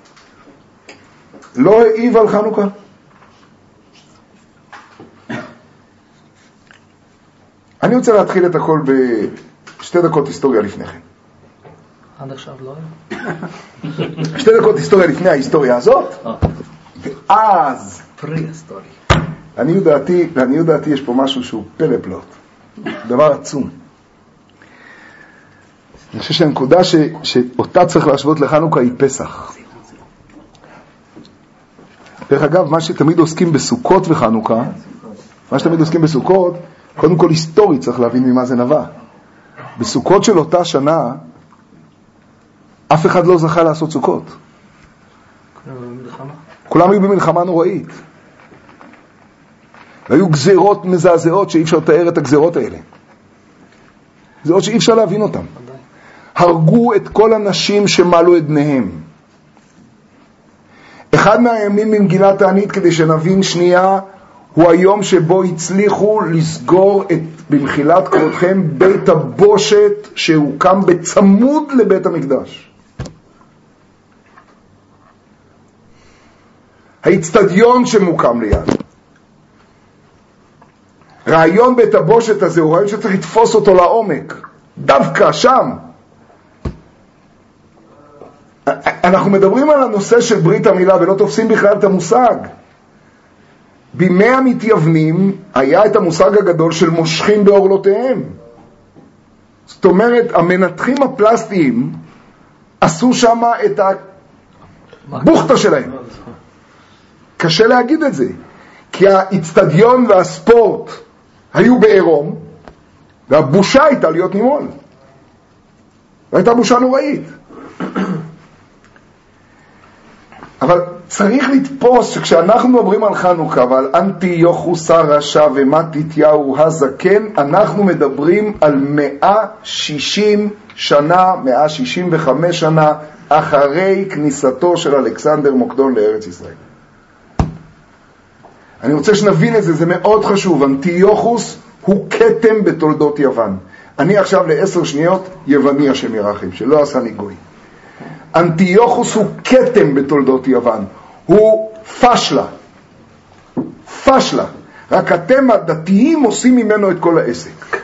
לא העיב על חנוכה. אני רוצה להתחיל את הכל ב2 דקות היסטוריה לפני כן. עד עכשיו לא היה. 2 דקות היסטוריה לפני ההיסטוריה הזאת, ואז פרי היסטורי. לעניות דעתי יש פה משהו שהוא פלא פלאות, דבר עצום. אני חושב שהנקודה שאותה צריך להשוות לחנוכה היא פסח. דרך אגב, מה שתמיד עוסקים בסוכות וחנוכה, קודם כל היסטורית צריך להבין ממה זה נבע. בסוכות של אותה שנה, אף אחד לא זכה לעשות סוכות. כולם היו במלחמה נוראית. והיו גזירות מזעזעות שאי אפשר לתאר את הגזירות האלה. גזירות שאי אפשר להבין אותן. הרגו את כל הנשים שמלו את בניהם. אחד מהימים במגילת תענית, כדי שנבין שנייה, הוא היום שבו הצליחו לסגור במחילת כבודכם בית הבושת שהוקם בצמוד לבית המקדש. האצטדיון שמוקם ליד. רעיון בית הבושת הזה הוא רעיון שצריך לתפוס אותו לעומק, דווקא שם. אנחנו מדברים על הנושא של ברית המילה ולא תופסים בכלל את המושג. בימי המתייוונים היה את המושג הגדול של מושכים בעורלותיהם. זאת אומרת, המנתחים הפלסטיים עשו שם את הבוכתה שלהם. קשה להגיד את זה, כי האצטדיון והספורט היו בעירום, והבושה הייתה להיות נימול. והייתה בושה נוראית. אבל צריך לתפוס שכשאנחנו מדברים על חנוכה ועל אנטיוכוס הרשע ומתתיהו הזקן, אנחנו מדברים על 160 שנה, 165 שנה אחרי כניסתו של אלכסנדר מוקדון לארץ ישראל. אני רוצה שנבין את זה, זה מאוד חשוב. אנטיוכוס הוא כתם בתולדות יוון. אני עכשיו ל10 שניות יווני השם ירחם, שלא עשה לי גוי. אנטיוכוס הוא כתם בתולדות יוון, הוא פשלה. פשלה. רק אתם הדתיים עושים ממנו את כל העסק.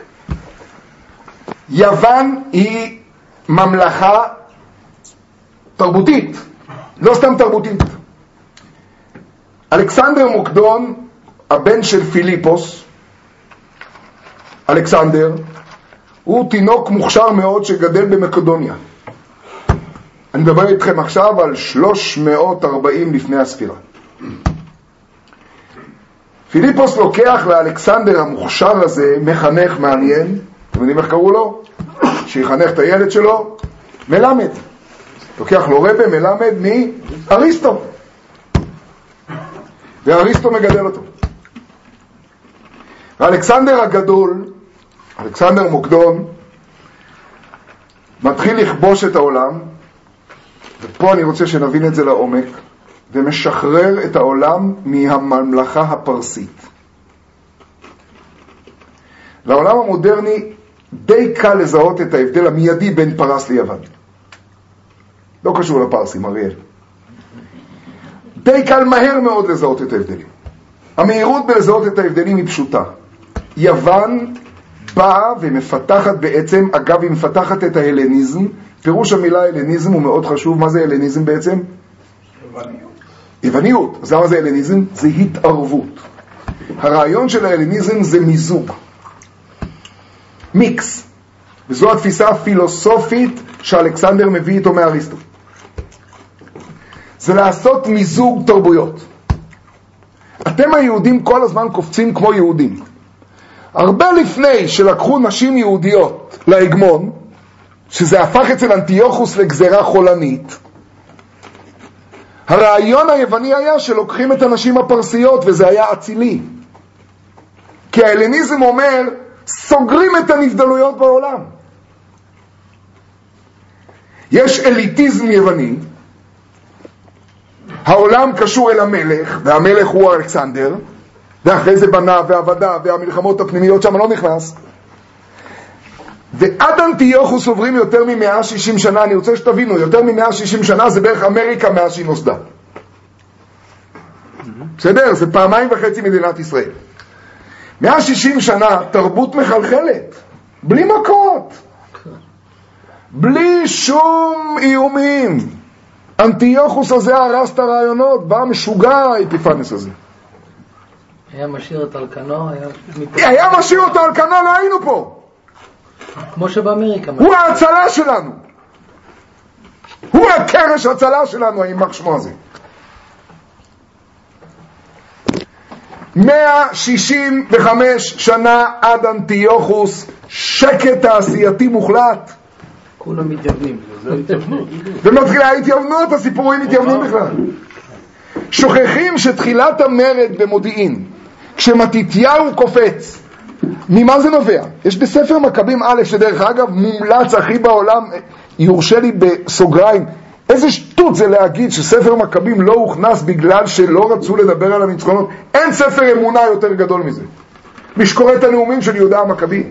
יוון היא ממלכה תרבותית, לא סתם תרבותית. אלכסנדר מוקדון, הבן של פיליפוס, אלכסנדר, הוא תינוק מוכשר מאוד שגדל במקדוניה. אני מדבר איתכם עכשיו על 340 לפני הספירה. פיליפוס לוקח לאלכסנדר המוכשר הזה מחנך מעניין, אתם יודעים איך קראו לו? שיחנך את הילד שלו, מלמד. לוקח לו רבא מלמד מאריסטו. ואריסטו מגדל אותו. ואלכסנדר הגדול, אלכסנדר מוקדון, מתחיל לכבוש את העולם, ופה אני רוצה שנבין את זה לעומק, ומשחרר את העולם מהממלכה הפרסית. לעולם המודרני די קל לזהות את ההבדל המיידי בין פרס ליוון. לא קשור לפרסים, אריאל. די קל מהר מאוד לזהות את ההבדלים. המהירות בלזהות את ההבדלים היא פשוטה. יוון באה ומפתחת בעצם, אגב היא מפתחת את ההלניזם. פירוש המילה הלניזם הוא מאוד חשוב. מה זה הלניזם בעצם? יווניות. יווניות. אז למה זה הלניזם? זה התערבות. הרעיון של ההלניזם זה מיזוג. מיקס. וזו התפיסה הפילוסופית שאלכסנדר מביא איתו מאריסטו. זה לעשות מיזוג תרבויות. אתם היהודים כל הזמן קופצים כמו יהודים. הרבה לפני שלקחו נשים יהודיות להגמון, שזה הפך אצל אנטיוכוס לגזרה חולנית, הרעיון היווני היה שלוקחים את הנשים הפרסיות, וזה היה אצילי. כי ההלניזם אומר, סוגרים את הנבדלויות בעולם. יש אליטיזם יווני, העולם קשור אל המלך, והמלך הוא אלכסנדר, ואחרי זה בנה ועבדה והמלחמות הפנימיות שם לא נכנס. ועד אנטיוכוס עוברים יותר מ-160 שנה, אני רוצה שתבינו, יותר מ-160 שנה זה בערך אמריקה מאז שהיא נוסדה. בסדר? זה 2.5 מדינת ישראל. 160 שנה תרבות מחלחלת, בלי מכות, בלי שום איומים. אנטיוכוס הזה הרס את הרעיונות, בא משוגע האפיפנס הזה. היה משאיר את אלקנו, היה משאיר אותו על כנו, לא היינו פה. כמו שבאמריקה. הוא ההצלה שלנו. הוא הקרש הצלה שלנו, הימח שמו הזה. 165 שנה עד אנטיוכוס, שקט תעשייתי מוחלט. כולם מתייוונים. ומתחילה ההתייוונות, הסיפורים מתייוונים בכלל. שוכחים שתחילת המרד במודיעין, כשמתתיהו קופץ, ממה זה נובע? יש בספר מכבים א', שדרך אגב מומלץ הכי בעולם, יורשה לי בסוגריים, איזה שטות זה להגיד שספר מכבים לא הוכנס בגלל שלא רצו לדבר על הניצחונות. אין ספר אמונה יותר גדול מזה. מי שקורא את הנאומים של יהודה המכבי,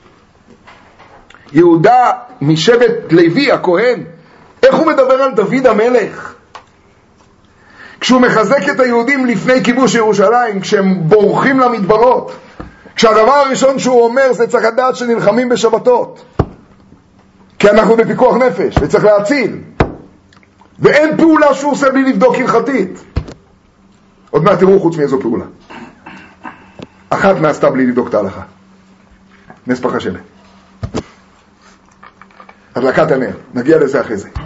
יהודה משבט לוי הכהן, איך הוא מדבר על דוד המלך? כשהוא מחזק את היהודים לפני כיבוש ירושלים, כשהם בורחים למדברות, כשהדבר הראשון שהוא אומר זה צריך לדעת שנלחמים בשבתות, כי אנחנו בפיקוח נפש וצריך להציל, ואין פעולה שהוא עושה בלי לבדוק הלכתית. עוד מעט תראו חוץ מאיזו פעולה אחת נעשתה בלי לבדוק את ההלכה, נס פח השמן, הדלקת הנר, נגיע לזה אחרי זה.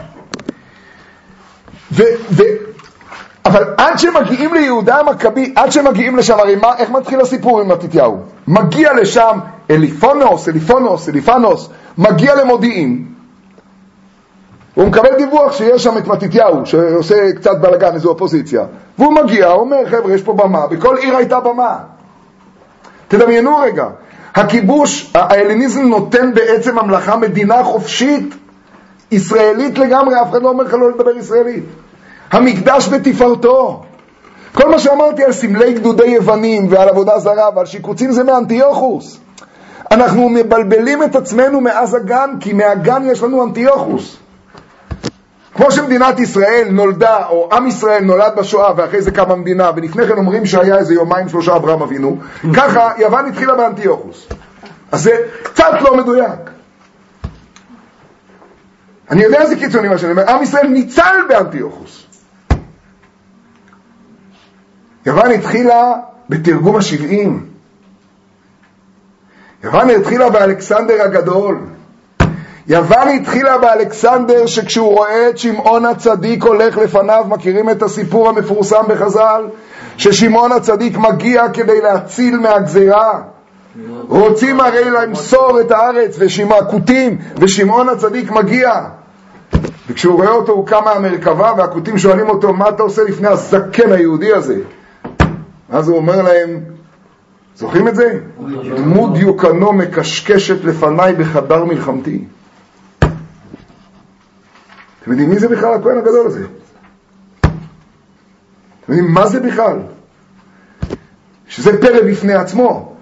אבל עד שמגיעים ליהודה המכבי, עד שמגיעים לשם, הרי איך מתחיל הסיפור עם מתתיהו? מגיע לשם אליפנוס, מגיע למודיעין, הוא מקבל דיווח שיש שם את מתתיהו שעושה קצת בלגן, איזו אופוזיציה, והוא מגיע, אומר חבר'ה יש פה במה, בכל עיר הייתה במה. תדמיינו רגע, הכיבוש, ההלניזם נותן בעצם ממלכה, מדינה חופשית ישראלית לגמרי, אף אחד לא אומר לך לא לדבר ישראלית, המקדש בתפארתו. כל מה שאמרתי על סמלי גדודי יוונים ועל עבודה זרה ועל שיקוצים זה מאנטיוכוס. אנחנו מבלבלים את עצמנו מאז הגן, כי מהגן יש לנו אנטיוכוס. כמו שמדינת ישראל נולדה, או עם ישראל נולד בשואה ואחרי זה קמה מדינה, ולפני כן אומרים שהיה איזה יומיים שלושה אברהם אבינו, ככה יוון התחילה באנטיוכוס. אז זה קצת לא מדויק. אני יודע איזה קיצוני מה שאני אומר, עם ישראל ניצל באנטיוכוס. יוון התחילה בתרגום ה-70. יוון התחילה באלכסנדר הגדול. יוון התחילה באלכסנדר שכשהוא רואה את שמעון הצדיק הולך לפניו, מכירים את הסיפור המפורסם בחז"ל, ששמעון הצדיק מגיע כדי להציל מהגזירה. רוצים הרי למסור את הארץ ושמעקותים, ושמעון הצדיק מגיע. וכשהוא רואה אותו הוא קם מהמרכבה, והכותים שואלים אותו, מה אתה עושה לפני הזקן היהודי הזה? אז הוא אומר להם, זוכרים את זה? דמות דיוקנו מקשקשת לפניי בחדר מלחמתי. אתם יודעים מי זה בכלל הכהן הגדול הזה? אתם יודעים מה זה בכלל? שזה פרא בפני עצמו.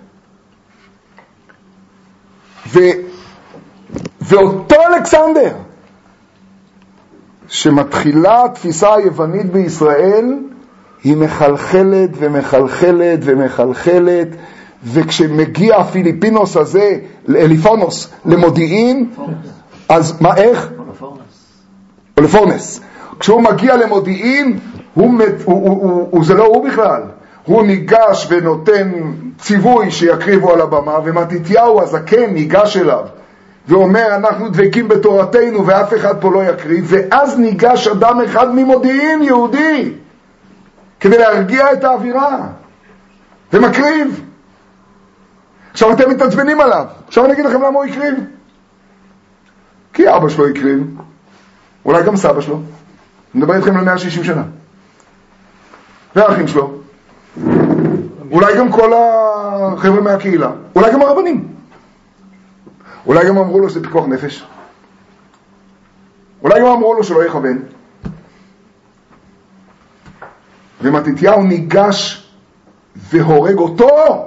ואותו אלכסנדר שמתחילה התפיסה היוונית בישראל, היא מחלחלת ומחלחלת ומחלחלת, וכשמגיע הפיליפינוס הזה, אליפנוס, למודיעין, אז מה, איך? או לפורנס. כשהוא מגיע למודיעין, זה לא הוא בכלל. הוא ניגש ונותן ציווי שיקריבו על הבמה, ומתתיהו הזקן ניגש אליו, ואומר, אנחנו דבקים בתורתנו ואף אחד פה לא יקריב, ואז ניגש אדם אחד ממודיעין, יהודי, כדי להרגיע את האווירה, ומקריב. עכשיו אתם מתעצבנים עליו. עכשיו אני אגיד לכם למה הוא יקריב. כי אבא שלו יקריב, אולי גם סבא שלו, נדבר איתכם ל-160 שנה, והאחים שלו, אולי גם כל החבר'ה מהקהילה, אולי גם הרבנים, אולי גם אמרו לו שזה פיקוח נפש, אולי גם אמרו לו שלא יכוון. ומתתיהו ניגש והורג אותו.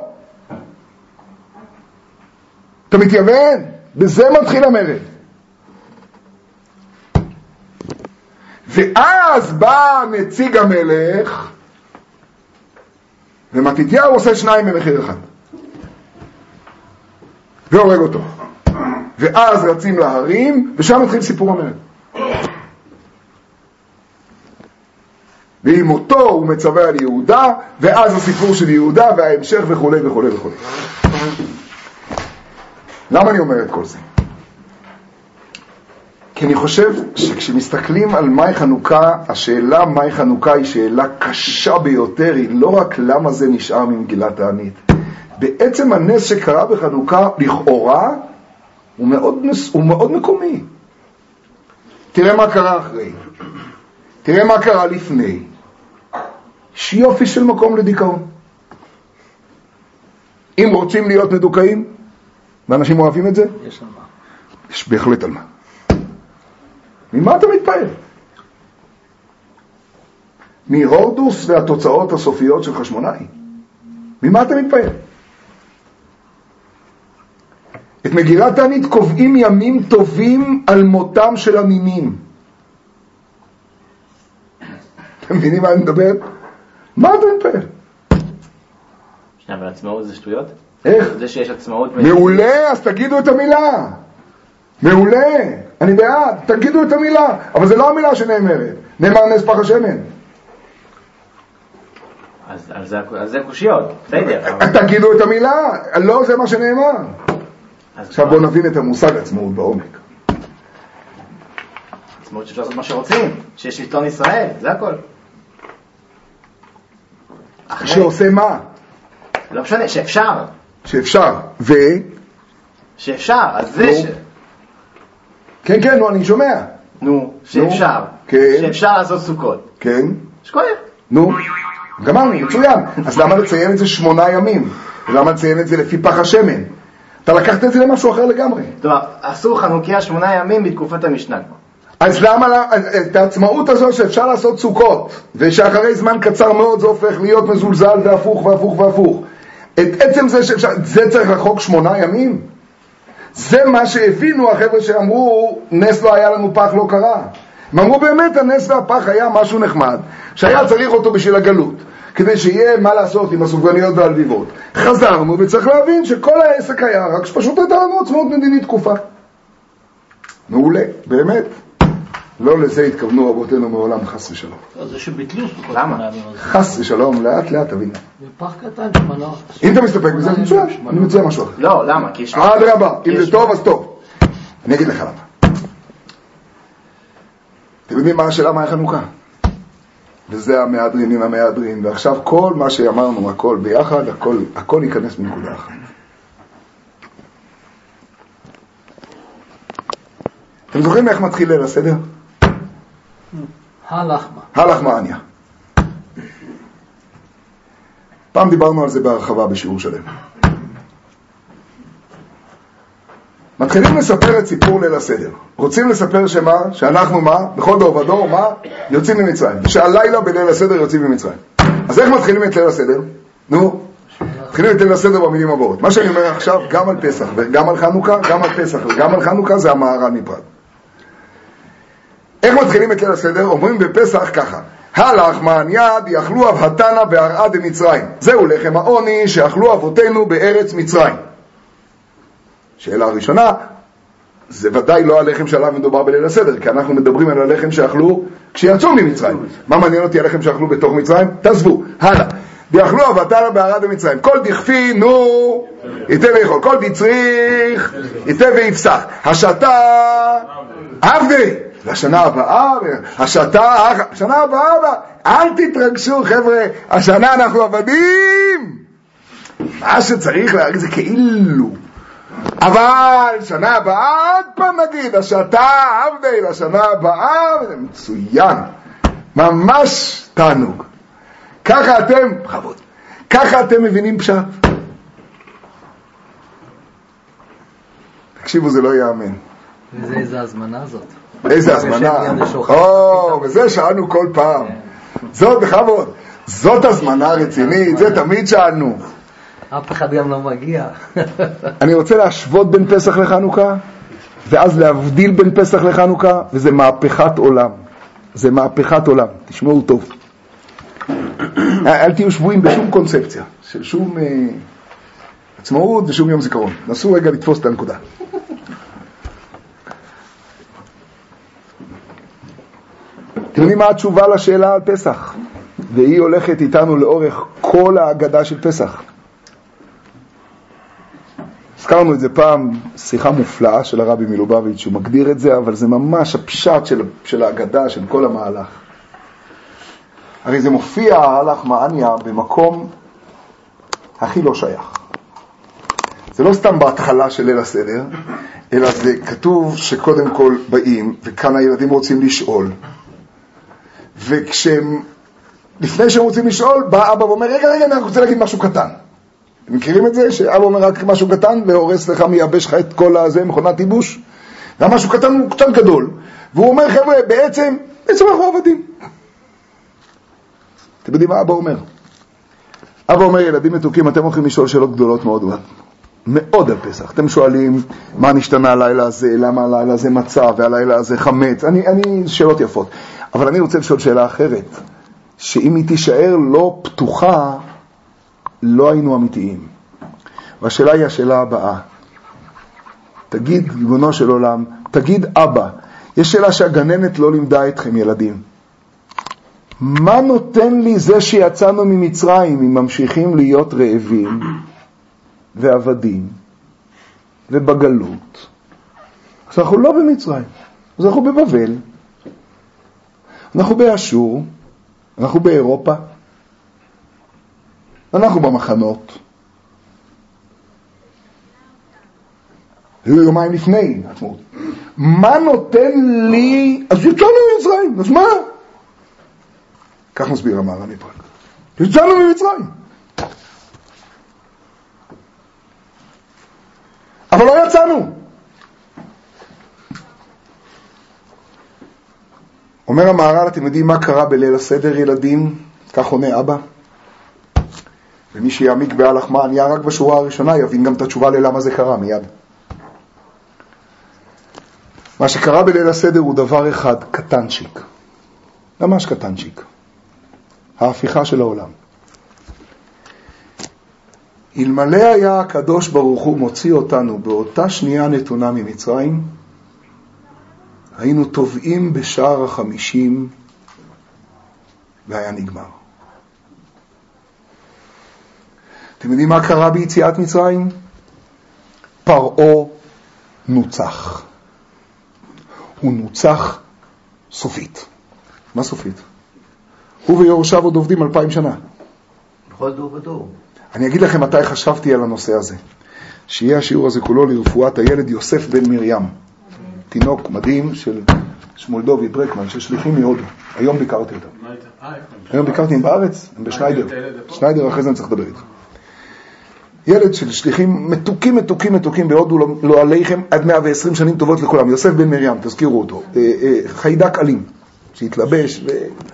אתה מתייוון? בזה מתחיל המרד. ואז בא נציג המלך, ומתתיהו עושה שניים במחיר אחד, והורג אותו. ואז רצים להרים, ושם מתחיל סיפור המרד. ועם אותו הוא מצווה על יהודה, ואז הסיפור של יהודה וההמשך וכו' וכו' וכו'. למה אני אומר את כל זה? כי אני חושב שכשמסתכלים על מהי חנוכה, השאלה מהי חנוכה היא שאלה קשה ביותר, היא לא רק למה זה נשאר ממגילת תענית. בעצם הנס שקרה בחנוכה לכאורה הוא מאוד מקומי. תראה מה קרה אחרי, תראה מה קרה לפני. יש יופי של מקום לדיכאון. אם רוצים להיות מדוכאים, ואנשים אוהבים את זה, יש על מה. יש בהחלט על מה. ממה אתה מתפעל? מהורדוס והתוצאות הסופיות של חשמונאי. ממה אתה מתפעל? את מגילת תענית קובעים ימים טובים על מותם של הנינים. אתם מבינים מה אני מדבר? מה אתה מפה? אבל עצמאות זה שטויות? איך? זה שיש עצמאות... מעולה, אז תגידו את המילה. מעולה, אני בעד, תגידו את המילה. אבל זה לא המילה שנאמרת. נאמר נס פח השמן. אז זה קושיות, בסדר. תגידו את המילה, לא זה מה שנאמר. עכשיו בואו נבין את המושג עצמאות בעומק. עצמאות שאפשר לעשות מה שרוצים, שיש שלטון ישראל, זה הכל. שעושה מה? לא משנה, שאפשר. שאפשר, שאפשר, אז זה כן, כן, נו, אני שומע. נו, שאפשר. כן. שאפשר לעשות סוכות. כן. שכוייך. נו, גמרנו, מצוין. אז למה לציין את זה 8 ימים? ולמה לציין את זה לפי פח השמן? אתה לקחת את זה למשהו אחר לגמרי. כלומר, אסור חנוכיה 8 ימים בתקופת המשנה. אז למה, את העצמאות הזו שאפשר לעשות סוכות, ושאחרי זמן קצר מאוד זה הופך להיות מזולזל והפוך והפוך והפוך. את עצם זה שאפשר, זה צריך לחוק 8 ימים? זה מה שהבינו החבר'ה שאמרו, נס לא היה לנו, פח לא קרה. הם אמרו באמת, הנס והפח היה משהו נחמד, שהיה צריך אותו בשביל הגלות, כדי שיהיה מה לעשות עם הסופגניות והלביבות. חזרנו וצריך להבין שכל העסק היה, רק שפשוט הייתה לנו עצמאות מדינית תקופה. מעולה, באמת. לא לזה התכוונו רבותינו מעולם, חס ושלום. זה שביטלו סוכות. למה? חס ושלום, לאט לאט תבין. זה פח קטן שמנוע. אם אתה מסתפק בזה, מצוין, אני מציע משהו אחר. לא, למה? כי יש... רבה, אם זה טוב, אז טוב. אני אגיד לך למה. אתם יודעים מה השאלה מהי חנוכה? וזה המהדרין עם המהדרין, ועכשיו כל מה שאמרנו, הכל ביחד, הכל ייכנס מנקודה אחת. אתם זוכרים איך מתחיל ליל הסדר? הלחמה. הלחמניה. פעם דיברנו על זה בהרחבה בשיעור שלם. מתחילים לספר את סיפור ליל הסדר. רוצים לספר שמה? שאנחנו מה? בכל דור ודור מה? יוצאים ממצרים. שהלילה בליל הסדר יוצאים ממצרים. אז איך מתחילים את ליל הסדר? נו, מתחילים את ליל הסדר במילים הבאות. מה שאני אומר עכשיו, גם על פסח וגם על חנוכה, גם על פסח וגם על חנוכה, זה המהר"ל מפראג. איך מתחילים את ליל הסדר? אומרים בפסח ככה: הלחמניה יאכלו אבהתנה בהרעה דמצרים. זהו לחם העוני שאכלו אבותינו בארץ מצרים. שאלה הראשונה, זה ודאי לא הלחם שעליו מדובר בליל הסדר, כי אנחנו מדברים על הלחם שאכלו כשיצאו ממצרים. מה מעניין אותי הלחם שאכלו בתוך מצרים? תעזבו, הלאה. יאכלו אבהתנה בהרעה דמצרים. כל דכפי נו ייתה ויאכול, כל דצריך ייתה ויפסח. השתה עבדי לשנה הבאה, השנה הבאה, אל תתרגשו חבר'ה, השנה אנחנו עבדים. מה שצריך להגיד זה כאילו, אבל שנה הבאה עוד פעם נגיד, השתה עבדי לשנה הבאה, זה מצוין, ממש תענוג. ככה אתם, חבוד, ככה אתם מבינים פשט. תקשיבו, זה לא יאמן. איזה הזמנה זאת. איזה הזמנה, וזה שאלנו כל פעם. זאת בכבוד, זאת הזמנה רצינית, זה תמיד שאלנו. אף אחד גם לא מגיע. אני רוצה להשוות בין פסח לחנוכה, ואז להבדיל בין פסח לחנוכה, וזה מהפכת עולם. זה מהפכת עולם, תשמעו טוב. אל תהיו שבויים בשום קונספציה, של שום עצמאות ושום יום זיכרון. נסו רגע לתפוס את הנקודה. אתם יודעים מה התשובה לשאלה על פסח? והיא הולכת איתנו לאורך כל ההגדה של פסח. הזכרנו את זה פעם, שיחה מופלאה של הרבי מלובביץ', שהוא מגדיר את זה, אבל זה ממש הפשט של ההגדה, של כל המהלך. הרי זה מופיע הלחמניה במקום הכי לא שייך. זה לא סתם בהתחלה של ליל הסדר, אלא זה כתוב שקודם כל באים, וכאן הילדים רוצים לשאול. לפני שהם רוצים לשאול, בא אבא ואומר, רגע, אני רוצה להגיד משהו קטן. אתם מכירים את זה? שאבא אומר רק משהו קטן, והורס לך, מייבש לך את כל הזה, מכונת ייבוש. והמשהו קטן הוא קצת גדול. והוא אומר, חבר'ה, בעצם אנחנו עבדים. אתם יודעים מה אבא אומר? אבא אומר, ילדים מתוקים, אתם הולכים לשאול שאלות גדולות מאוד, מאוד על פסח. אתם שואלים, מה נשתנה הלילה הזה, למה הלילה הזה מצה, והלילה הזה חמץ. אני שאלות יפות. אבל אני רוצה לשאול שאלה אחרת, שאם היא תישאר לא פתוחה, לא היינו אמיתיים. והשאלה היא השאלה הבאה. תגיד, ריבונו של עולם, תגיד אבא, יש שאלה שהגננת לא לימדה אתכם ילדים. מה נותן לי זה שיצאנו ממצרים אם ממשיכים להיות רעבים ועבדים ובגלות? אז אנחנו לא במצרים, אז אנחנו בבבל, אנחנו באשור, אנחנו באירופה, אנחנו במחנות. היו יומיים לפני עצמאות. מה נותן לי? אז יצאנו ממצרים, אז מה? כך מסביר המהר"ל מפראג. יצאנו ממצרים. אבל לא יצאנו. אומר המהר"ל, אתם יודעים מה קרה בליל הסדר ילדים? כך עונה אבא. ומי שיעמיק בהלך מה, אני רק בשורה הראשונה יבין גם את התשובה ללמה זה קרה מיד. מה שקרה בליל הסדר הוא דבר אחד, קטנצ'יק. ממש קטנצ'יק. ההפיכה של העולם. אלמלא היה הקדוש ברוך הוא מוציא אותנו באותה שנייה נתונה ממצרים, היינו טובעים בשער 50 והיה נגמר. אתם יודעים מה קרה ביציאת מצרים? פרעה נוצח. הוא נוצח סופית. מה סופית? הוא ויורשיו עוד עובדים 2000 שנה. בכל דור ודור. אני אגיד לכם מתי חשבתי על הנושא הזה. שיהיה השיעור הזה כולו לרפואת הילד יוסף בן מרים. תינוק מדהים של שמואל דוד ברקמן, של שליחים מהודו. היום ביקרתי אותם. היום ביקרתי בארץ, הם בשניידר. שניידר אחרי זה אני צריך לדבר איתך. ילד של שליחים מתוקים, מתוקים, מתוקים בהודו, לא עליכם, עד 120 שנים טובות לכולם. יוסף בן מרים, תזכירו אותו. חיידק אלים, שהתלבש.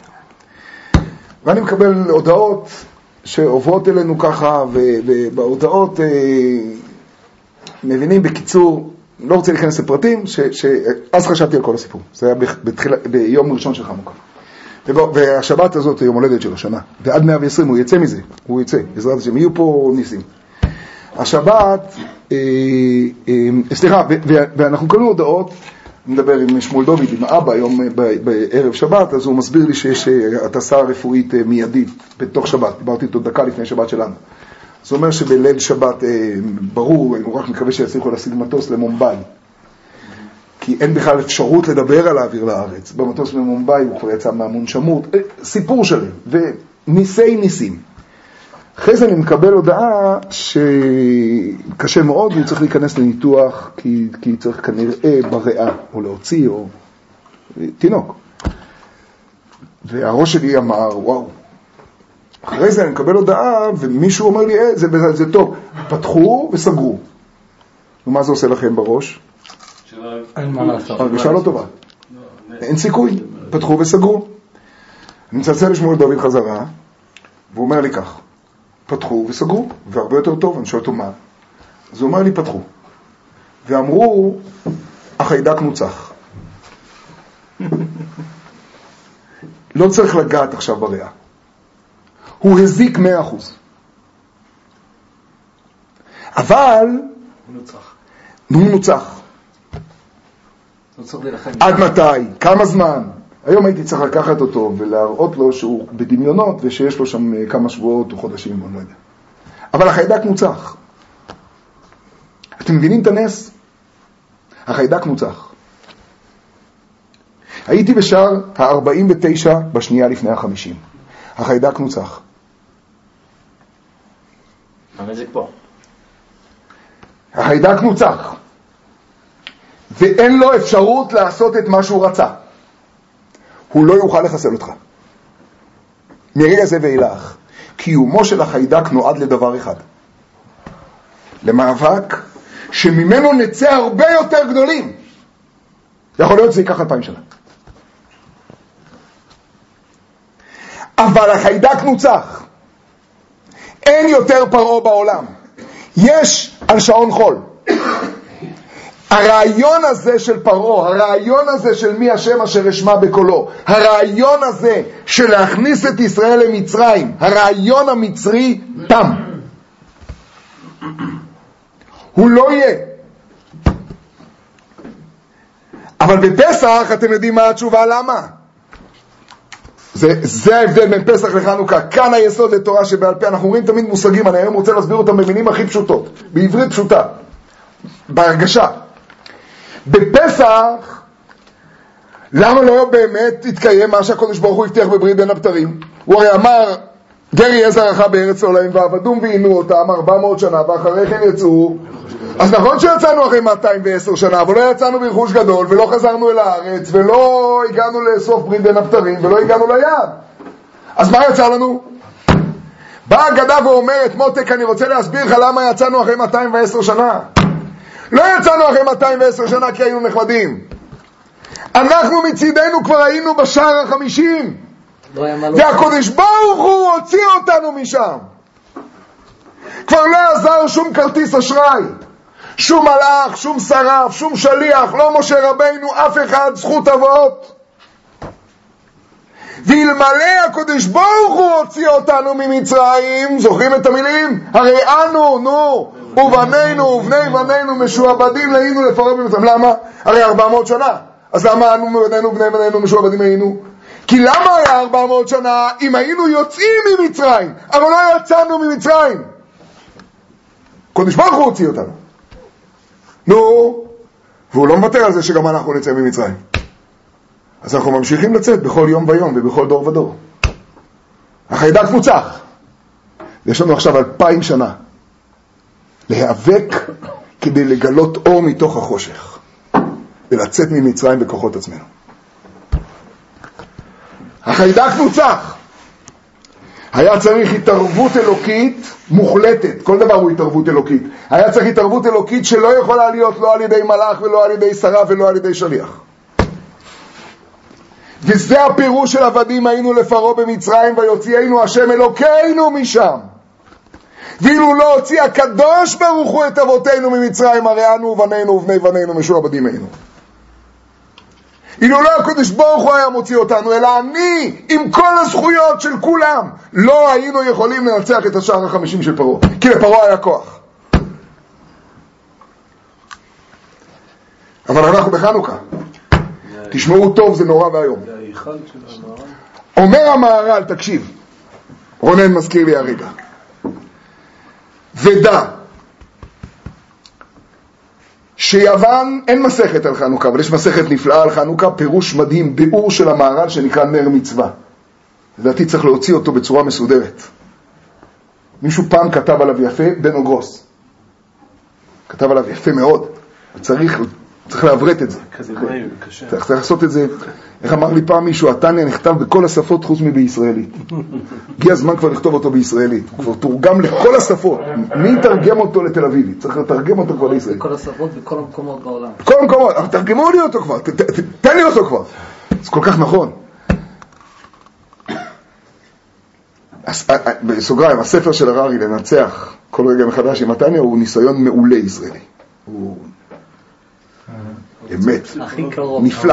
ואני מקבל הודעות שעוברות אלינו ככה, ובהודעות מבינים בקיצור, לא רוצה להיכנס לפרטים, אז חשבתי על כל הסיפור. זה היה ביום ראשון של חנוכה. והשבת הזאת, יום הולדת של השנה. ועד 120 הוא יצא מזה, הוא יצא, בעזרת השם, יהיו פה ניסים. השבת, סליחה, ואנחנו קוראים הודעות, מדבר עם שמואל דוד, עם האבא, היום בערב שבת, אז הוא מסביר לי שיש הטסה רפואית מיידית בתוך שבת, דיברתי איתו דקה לפני שבת שלנו. זה אומר שבליל שבת, ברור, הוא רק מקווה שיצליחו להשיג מטוס למומביי, כי אין בכלל אפשרות לדבר על האוויר לארץ. במטוס במומביי הוא כבר יצא מהמונשמות, סיפור שלם, וניסי ניסים. אחרי זה אני מקבל הודעה שקשה מאוד, הוא צריך להיכנס לניתוח, כי צריך כנראה בריאה, או להוציא, או תינוק. והראש שלי אמר, וואו. אחרי זה אני מקבל הודעה, ומישהו אומר לי, זה טוב. פתחו וסגרו. ומה זה עושה לכם בראש? אין מה לעשות. הרגשה לא טובה. אין סיכוי. פתחו וסגרו. אני מצלצל לשמואל דוד חזרה, והוא אומר לי כך. פתחו וסגרו, והרבה יותר טוב, אני שואל אותו מה. אז הוא אומר לי, פתחו. ואמרו, החיידק נוצח. לא צריך לגעת עכשיו בריאה. הוא הזיק 100%. אבל, הוא נוצח. עד מתי? כמה זמן? היום הייתי צריך לקחת אותו ולהראות לו שהוא בדמיונות ושיש לו שם כמה שבועות או חודשים, אני לא יודע. אבל החיידק נוצח. אתם מבינים את הנס? החיידק נוצח. הייתי בשער ה-49 בשנייה לפני ה-50. החיידק נוצח. הנזק פה. החיידק נוצח. ואין לו אפשרות לעשות את מה שהוא רצה. הוא לא יוכל לחסל אותך. מרגע זה ואילך, קיומו של החיידק נועד לדבר אחד. למאבק שממנו נצא הרבה יותר גדולים. יכול להיות שזה ייקח 2000 שנה. אבל החיידק נוצח. אין יותר פרעה בעולם. יש על שעון חול. הרעיון הזה של פרעה, הרעיון הזה של מי השם אשר אשמע בקולו, הרעיון הזה של להכניס את ישראל למצרים, הרעיון המצרי תם. הוא לא יהיה. אבל בפסח אתם יודעים מה התשובה למה? זה ההבדל בין פסח לחנוכה. כאן היסוד לתורה שבעל פה. אנחנו רואים תמיד מושגים, אני היום רוצה להסביר אותם במילים הכי פשוטות, בעברית פשוטה, בהרגשה. בפסח, למה לא באמת התקיים מה שהקדוש ברוך הוא הבטיח בברית בין הבתרים? הוא הרי אמר, גר יהיה זרעך בארץ העולמים ועבדום ועינו אותם 400 שנה ואחרי כן יצאו. אז נכון שיצאנו אחרי 210 שנה, אבל לא יצאנו ברכוש גדול ולא חזרנו אל הארץ ולא הגענו לסוף ברית בין הבתרים ולא הגענו ליעד. אז מה יצא לנו? באה הגדה ואומרת, מותק, אני רוצה להסביר לך למה יצאנו אחרי 210 שנה. לא יצאנו אחרי 210 שנה כי היינו נחמדים. אנחנו מצידנו כבר היינו בשער ה-50. והקדוש ברוך הוא הוציא אותנו משם. כבר לא עזר שום כרטיס אשראי, שום מלאך, שום שרף, שום שליח, לא משה רבינו, אף אחד, זכות אבות. ואלמלא הקדוש ברוך הוא הוציא אותנו ממצרים, זוכרים את המילים? הרי אנו, ובנינו ובני בנינו משועבדים היינו לפרעה במצרים. למה? הרי 400 שנה. אז למה אנו ובנינו ובני בנינו משועבדים היינו? כי למה היה 400 שנה אם היינו יוצאים ממצרים, אבל לא יצאנו ממצרים? הקדוש ברוך הוא הוציא אותנו. והוא לא מוותר על זה שגם אנחנו נצא ממצרים. אז אנחנו ממשיכים לצאת בכל יום ויום ובכל דור ודור. החיידק מוצח. יש לנו עכשיו 2000 שנה להיאבק כדי לגלות אור מתוך החושך ולצאת ממצרים בכוחות עצמנו. החיידק מוצח. היה צריך התערבות אלוקית מוחלטת. כל דבר הוא התערבות אלוקית. היה צריך התערבות אלוקית שלא יכולה להיות לא על ידי מלאך ולא על ידי שרה ולא על ידי שליח. וזה הפירוש של עבדים היינו לפרעה במצרים ויוציאנו השם אלוקינו משם. ואילו לא הוציא הקדוש ברוך הוא את אבותינו ממצרים, הרי אנו ובנינו ובני בנינו משועבדים היינו. אילו לא הקדוש ברוך הוא היה מוציא אותנו, אלא אני עם כל הזכויות של כולם, לא היינו יכולים לנצח את השער ה-50 של פרעה, כי לפרעה היה כוח. אבל אנחנו בחנוכה, תשמעו טוב, זה נורא והיום. אומר המהר"ל, תקשיב, רונן מזכיר לי הרגע, ודע שיוון, אין מסכת על חנוכה, אבל יש מסכת נפלאה על חנוכה, פירוש מדהים, ביאור של המהר"ל שנקרא נר מצווה. לדעתי צריך להוציא אותו בצורה מסודרת. מישהו פעם כתב עליו יפה, בנו גרוס. כתב עליו יפה מאוד. צריך להברט את זה. צריך לעשות את זה. איך אמר לי פעם מישהו, התניא נכתב בכל השפות חוץ מבישראלית. הגיע הזמן כבר לכתוב אותו בישראלית. הוא כבר תורגם לכל השפות. מי יתרגם אותו לתל אביבית? צריך לתרגם אותו כבר לישראלית. בכל השפות ובכל המקומות בעולם. בכל המקומות. אבל תרגמו לי אותו כבר. תן לי אותו כבר. זה כל כך נכון. בסוגריים, הספר של הררי לנצח כל רגע מחדש עם התניא הוא ניסיון מעולה ישראלי. הוא אמת, נפלא.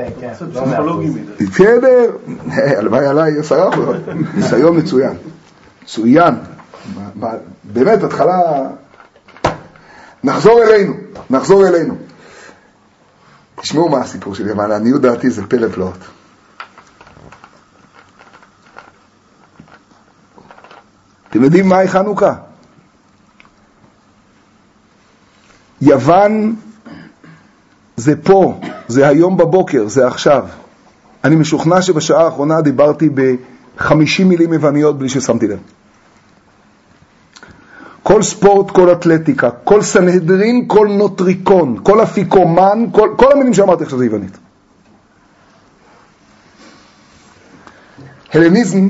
בסדר, הלוואי עליי 10%. ניסיון מצוין. מצוין. באמת, התחלה. נחזור אלינו. תשמעו מה הסיפור שלי, אבל לעניות דעתי זה פלא פלאות. אתם יודעים מהי חנוכה? יוון זה פה, זה היום בבוקר, זה עכשיו. אני משוכנע שבשעה האחרונה דיברתי ב50 מילים יווניות בלי ששמתי לב. כל ספורט, כל אתלטיקה, כל סנהדרין, כל נוטריקון, כל אפיקומן, כל המילים שאמרתי עכשיו זה יוונית. הלניזם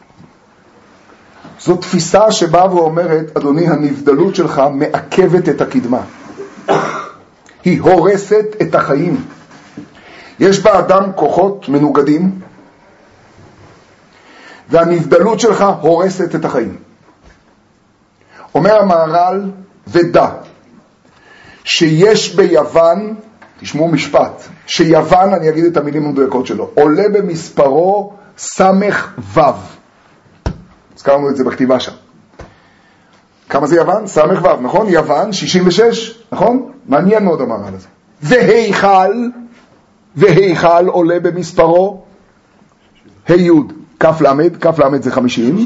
זו תפיסה שבאה ואומרת, אדוני, הנבדלות שלך מעכבת את הקדמה. היא הורסת את החיים. יש באדם כוחות מנוגדים, והנבדלות שלך הורסת את החיים. אומר המהר"ל, ודע, שיש ביוון, תשמעו משפט, שיוון, אני אגיד את המילים המדויקות שלו, עולה במספרו סמך וו. הזכרנו את זה בכתיבה שם. כמה זה יוון? סמך וו, נכון? יוון, 66, נכון? מעניין מאוד אמר על זה. והיכל עולה במספרו ה' כף למד, כף למד זה 50,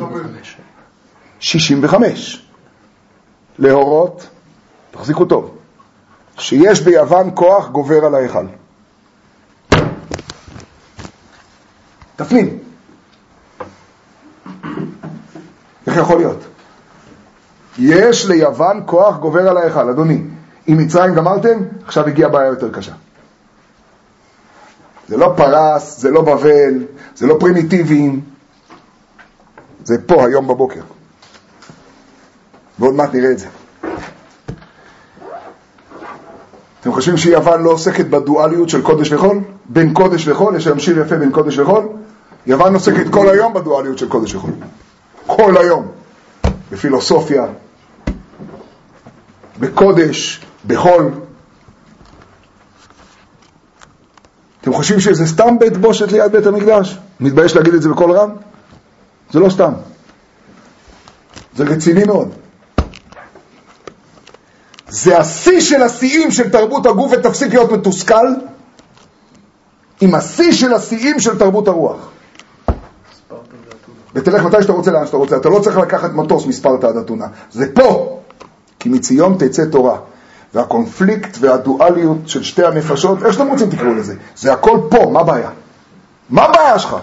65. להורות, תחזיקו טוב, שיש ביוון כוח גובר על ההיכל. תפנים. איך יכול להיות? יש ליוון כוח גובר על ההיכל. אדוני, אם מצרים גמרתם, עכשיו הגיעה בעיה יותר קשה. זה לא פרס, זה לא בבל, זה לא פרימיטיביים, זה פה היום בבוקר. ועוד מעט נראה את זה. אתם חושבים שיוון לא עוסקת בדואליות של קודש וחול? בין קודש וחול, יש היום שיר יפה בין קודש וחול. יוון עוסקת כל היום בדואליות של קודש וחול. כל היום. בפילוסופיה, בקודש, בחול. אתם חושבים שזה סתם בית בושת ליד בית המקדש? מתבייש להגיד את זה בכל רם? זה לא סתם. זה רציני מאוד. זה השיא של השיאים של תרבות הגוף, ותפסיק להיות מתוסכל עם השיא של השיאים של תרבות הרוח. ותלך מתי שאתה רוצה, לאן שאתה רוצה. אתה לא צריך לקחת מטוס מספרתא עד אתונה. זה פה. כי מציון תצא תורה. והקונפליקט והדואליות של שתי הנפשות, איך שאתם רוצים תקראו לזה. זה הכל פה, מה הבעיה? מה הבעיה שלך?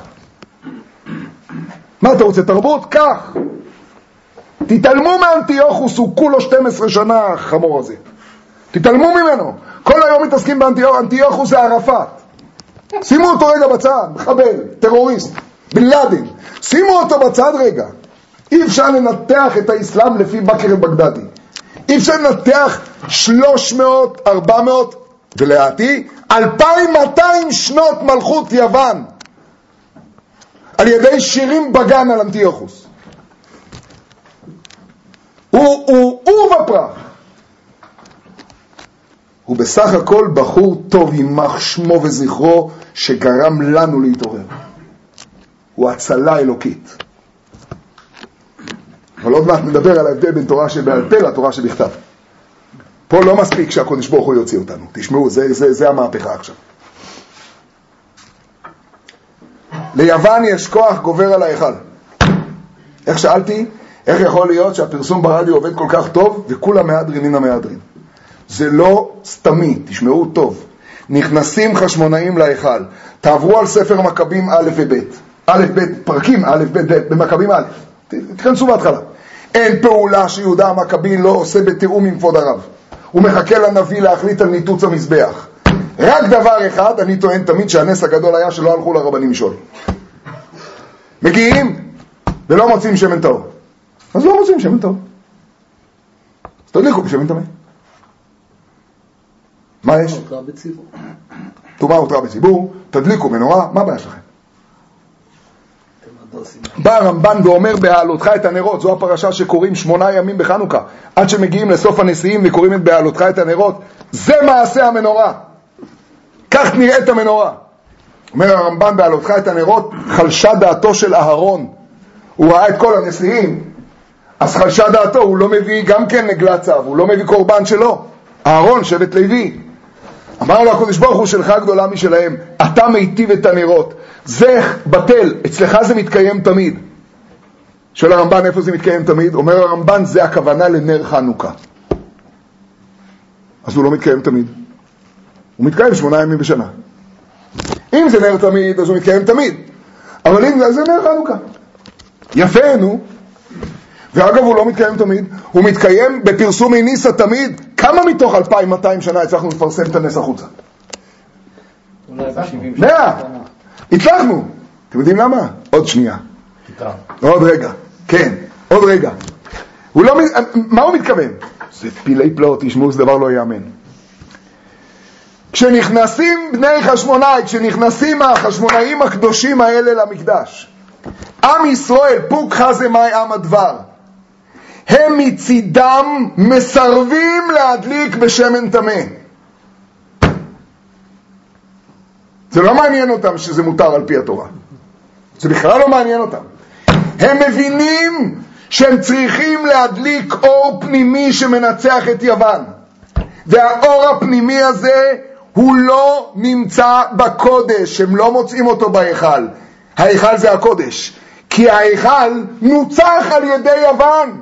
מה אתה רוצה, תרבות? כך. תתעלמו מאנטיוכוס, הוא כולו 12 שנה החמור הזה. תתעלמו ממנו. כל היום מתעסקים באנטיוכוס, אנטיוכוס זה ערפאת. שימו אותו רגע בצד, מחבל, טרוריסט, בן לאדן. שימו אותו בצד רגע. אי אפשר לנתח את האסלאם לפי בכר אל-בגדדי. אי אפשר לנתח 300, 400, ולעתי 2200 שנות מלכות יוון על ידי שירים בגן על אנטיוכוס. הוא בפרח. הוא בסך הכל בחור טוב, יימח שמו וזכרו, שגרם לנו להתעורר. הוא הצלה אלוקית. אבל עוד מעט נדבר על ההבדל בין תורה שבעל פה לתורה שבכתב. פה לא מספיק שהקדוש ברוך הוא יוציא אותנו. תשמעו, זה המהפכה עכשיו. ליוון יש כוח גובר על ההיכל. איך שאלתי? איך יכול להיות שהפרסום ברדיו עובד כל כך טוב וכולם מהדרין הנה מהדרין? זה לא סתמי, תשמעו טוב. נכנסים חשמונאים להיכל. תעברו על ספר מכבים א' וב'. א' ב', פרקים א' ב' במכבים א'. תכנסו בהתחלה. אין פעולה שיהודה המכבי לא עושה בתיאום עם כבוד הרב. הוא מחכה לנביא להחליט על ניתוץ המזבח. רק דבר אחד, אני טוען תמיד שהנס הגדול היה שלא הלכו לרבנים לשאול. מגיעים ולא מוצאים שמן טהור. אז לא מוצאים שמן טהור. אז תדליקו בשמן טמא. מה יש? הותרה בציבור. תומה הותרה בציבור, תדליקו מנורה, מה הבעיה שלכם? בא הרמב"ן ואומר בהעלותך את הנרות, זו הפרשה שקוראים 8 ימים בחנוכה, עד שמגיעים לסוף הנשיאים וקוראים את בהעלותך את הנרות. זה מעשה המנורה, כך נראית המנורה. אומר הרמב"ן בהעלותך את הנרות, חלשה דעתו של אהרון, הוא ראה את כל הנשיאים, אז חלשה דעתו, הוא לא מביא גם כן נגלת צו, הוא לא מביא קורבן שלו. אהרון שבט לוי, אמר לו הקדוש ברוך הוא, שלך גדולה משלהם, אתה מיטיב את הנרות. זה בטל, אצלך זה מתקיים תמיד. שואל הרמב"ן איפה זה מתקיים תמיד? אומר הרמב"ן, זה הכוונה לנר חנוכה. אז הוא לא מתקיים תמיד, הוא מתקיים 8 ימים בשנה. אם זה נר תמיד, אז הוא מתקיים תמיד, אבל אם זה נר חנוכה. יפה, נו. ואגב, הוא לא מתקיים תמיד, הוא מתקיים בפרסומי ניסה תמיד. כמה מתוך 2200 שנה הצלחנו לפרסם את הנס החוצה? אולי ב-70 100. הצלחנו. אתם יודעים למה? עוד שנייה. עוד רגע. כן, עוד רגע. מה הוא מתכוון? זה פילי פלאות, תשמעו, זה דבר לא יאמן. כשנכנסים בני חשמונאי, כשנכנסים החשמונאים הקדושים האלה למקדש, עם ישראל, פוק חזה מאי עם הדבר, הם מצידם מסרבים להדליק בשמן טמא. זה לא מעניין אותם שזה מותר על פי התורה. זה בכלל לא מעניין אותם. הם מבינים שהם צריכים להדליק אור פנימי שמנצח את יוון. והאור הפנימי הזה הוא לא נמצא בקודש, הם לא מוצאים אותו בהיכל. ההיכל זה הקודש, כי ההיכל נוצח על ידי יוון.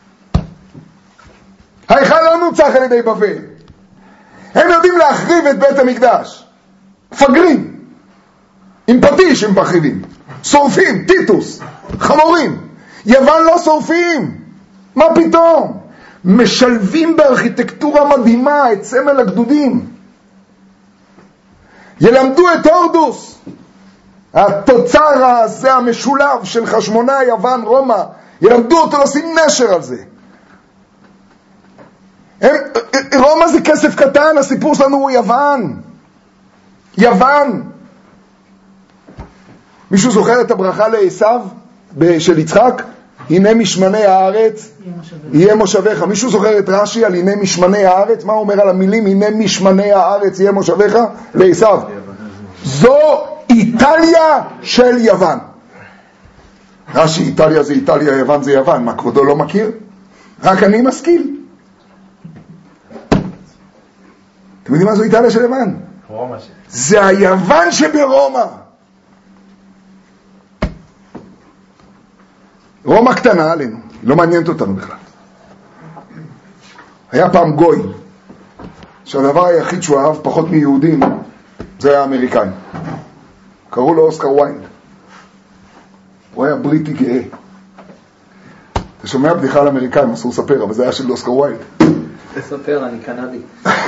ההיכל לא נוצח על ידי בבל. הם יודעים להחריב את בית המקדש. פגרים. עם פטיש הם מחריבים. שורפים, טיטוס, חמורים. יוון לא שורפים. מה פתאום? משלבים בארכיטקטורה מדהימה את סמל הגדודים. ילמדו את הורדוס, התוצר הזה המשולב של חשמונה, יוון, רומא, ילמדו אותו לשים נשר על זה. רומא זה כסף קטן, הסיפור שלנו הוא יוון. יוון. מישהו זוכר את הברכה לעשיו של יצחק? הנה משמני הארץ יהיה מושבך. מישהו זוכר את רש"י על הנה משמני הארץ? מה הוא אומר על המילים הנה משמני הארץ יהיה מושבך? לעשיו. זו איטליה של יוון. רש"י איטליה זה איטליה, יוון זה יוון. מה, כבודו לא מכיר? רק אני משכיל. אתם יודעים מה זו איטליה של יוון? זה היוון שברומא. רומא קטנה עלינו, היא לא מעניינת אותנו בכלל. היה פעם גוי, שהדבר היחיד שהוא אהב פחות מיהודים, זה היה האמריקאים. קראו לו אוסקר ויילד. הוא היה בריטי גאה. אתה שומע בדיחה על האמריקאים, אסור לספר, אבל זה היה של אוסקר ויילד. תספר, אני קנדי.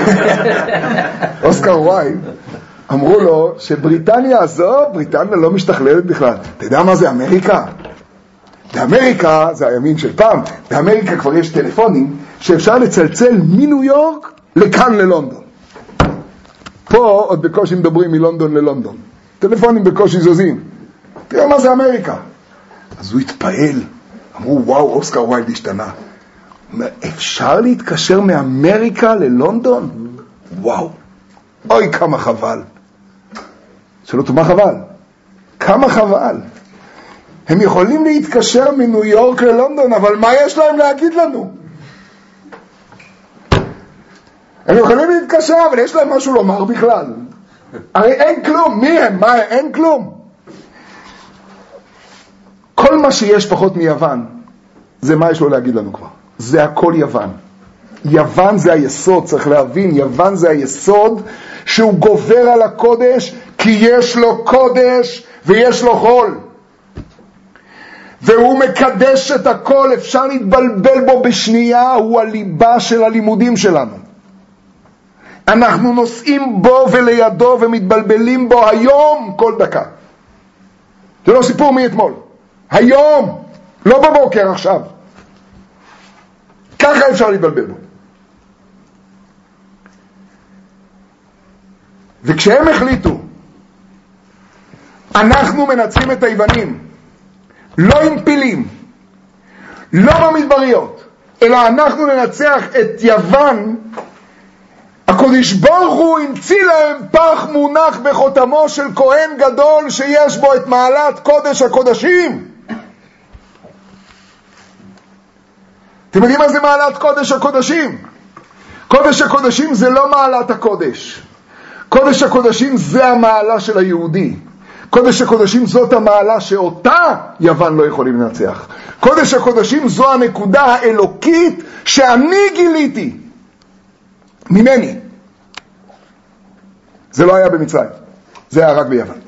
אוסקר ויילד, אמרו לו שבריטניה הזו, בריטניה לא משתכללת בכלל. אתה יודע מה זה אמריקה? באמריקה, זה הימין של פעם, באמריקה כבר יש טלפונים שאפשר לצלצל מניו יורק לכאן ללונדון. פה עוד בקושי מדברים מלונדון ללונדון. טלפונים בקושי זוזים. תראה מה זה אמריקה. אז הוא התפעל. אמרו, וואו, אוסקר ויילד השתנה. אפשר להתקשר מאמריקה ללונדון? וואו. אוי, כמה חבל. שאלו אותו, מה חבל? כמה חבל. הם יכולים להתקשר מניו יורק ללונדון, אבל מה יש להם להגיד לנו? הם יכולים להתקשר, אבל יש להם משהו לומר בכלל. הרי אין כלום. מי הם? מה? אין כלום. כל מה שיש פחות מיוון, זה מה יש לו להגיד לנו כבר. זה הכל יוון. יוון זה היסוד, צריך להבין. יוון זה היסוד שהוא גובר על הקודש, כי יש לו קודש ויש לו חול. והוא מקדש את הכל, אפשר להתבלבל בו בשנייה, הוא הליבה של הלימודים שלנו. אנחנו נוסעים בו ולידו ומתבלבלים בו היום כל דקה. זה לא סיפור מאתמול. היום, לא בבוקר עכשיו. ככה אפשר להתבלבל בו. וכשהם החליטו, אנחנו מנצחים את היוונים, לא עם פילים, לא במדבריות, אלא אנחנו ננצח את יוון. הקדוש ברוך הוא המציא להם פח מונח בחותמו של כהן גדול שיש בו את מעלת קודש הקודשים. אתם יודעים מה זה מעלת קודש הקודשים? קודש הקודשים זה לא מעלת הקודש. קודש הקודשים זה המעלה של היהודי. קודש הקודשים זאת המעלה שאותה יוון לא יכולים לנצח. קודש הקודשים זו הנקודה האלוקית שאני גיליתי ממני. זה לא היה במצרים, זה היה רק ביוון.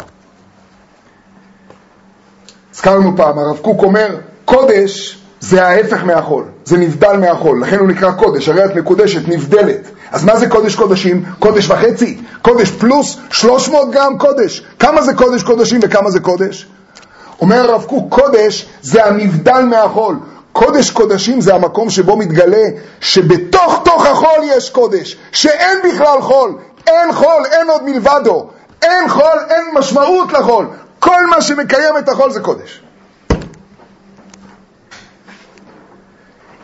הזכרנו פעם, הרב קוק אומר, קודש זה ההפך מהחול, זה נבדל מהחול, לכן הוא נקרא קודש, הרי את מקודשת, נבדלת. אז מה זה קודש קודשים? קודש וחצי, קודש פלוס 300 גרם קודש. כמה זה קודש קודשים וכמה זה קודש? אומר הרב קוק, קודש זה הנבדל מהחול. קודש קודשים זה המקום שבו מתגלה שבתוך תוך החול יש קודש, שאין בכלל חול, אין חול, אין עוד מלבדו, אין חול, אין משמעות לחול, כל מה שמקיים את החול זה קודש.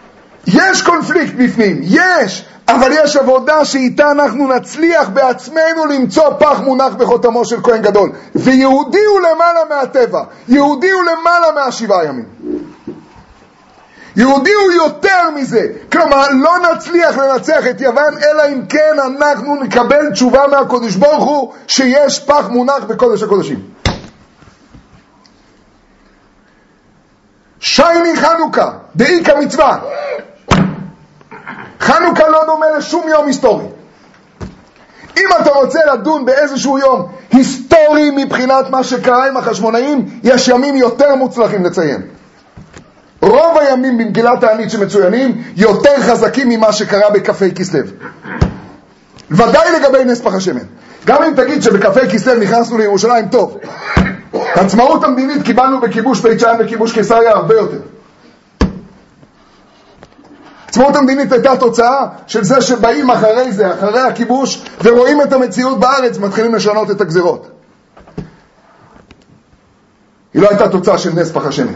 יש קונפליקט בפנים, יש, אבל יש עבודה שאיתה אנחנו נצליח בעצמנו למצוא פח מונח בחותמו של כהן גדול. ויהודי הוא למעלה מהטבע, יהודי הוא למעלה מהשבעה ימים. יהודי הוא יותר מזה. כלומר, לא נצליח לנצח את יוון, אלא אם כן אנחנו נקבל תשובה מהקדוש ברוך הוא שיש פח מונח בקודש הקודשים. שייני חנוכה, דאיקה מצווה. חנוכה לא דומה לשום יום היסטורי. אם אתה רוצה לדון באיזשהו יום היסטורי מבחינת מה שקרה עם החשמונאים, יש ימים יותר מוצלחים לציין. רוב הימים במגילת תענית שמצוינים יותר חזקים ממה שקרה בקפי כסלו. ודאי לגבי נס פח השמן. גם אם תגיד שבקפי כסלו נכנסנו לירושלים טוב, עצמאות המדינית קיבלנו בכיבוש בית שאן וכיבוש קיסריה הרבה יותר. עצמאות המדינית הייתה תוצאה של זה שבאים אחרי זה, אחרי הכיבוש, ורואים את המציאות בארץ, מתחילים לשנות את הגזירות. היא לא הייתה תוצאה של נס פח השמן.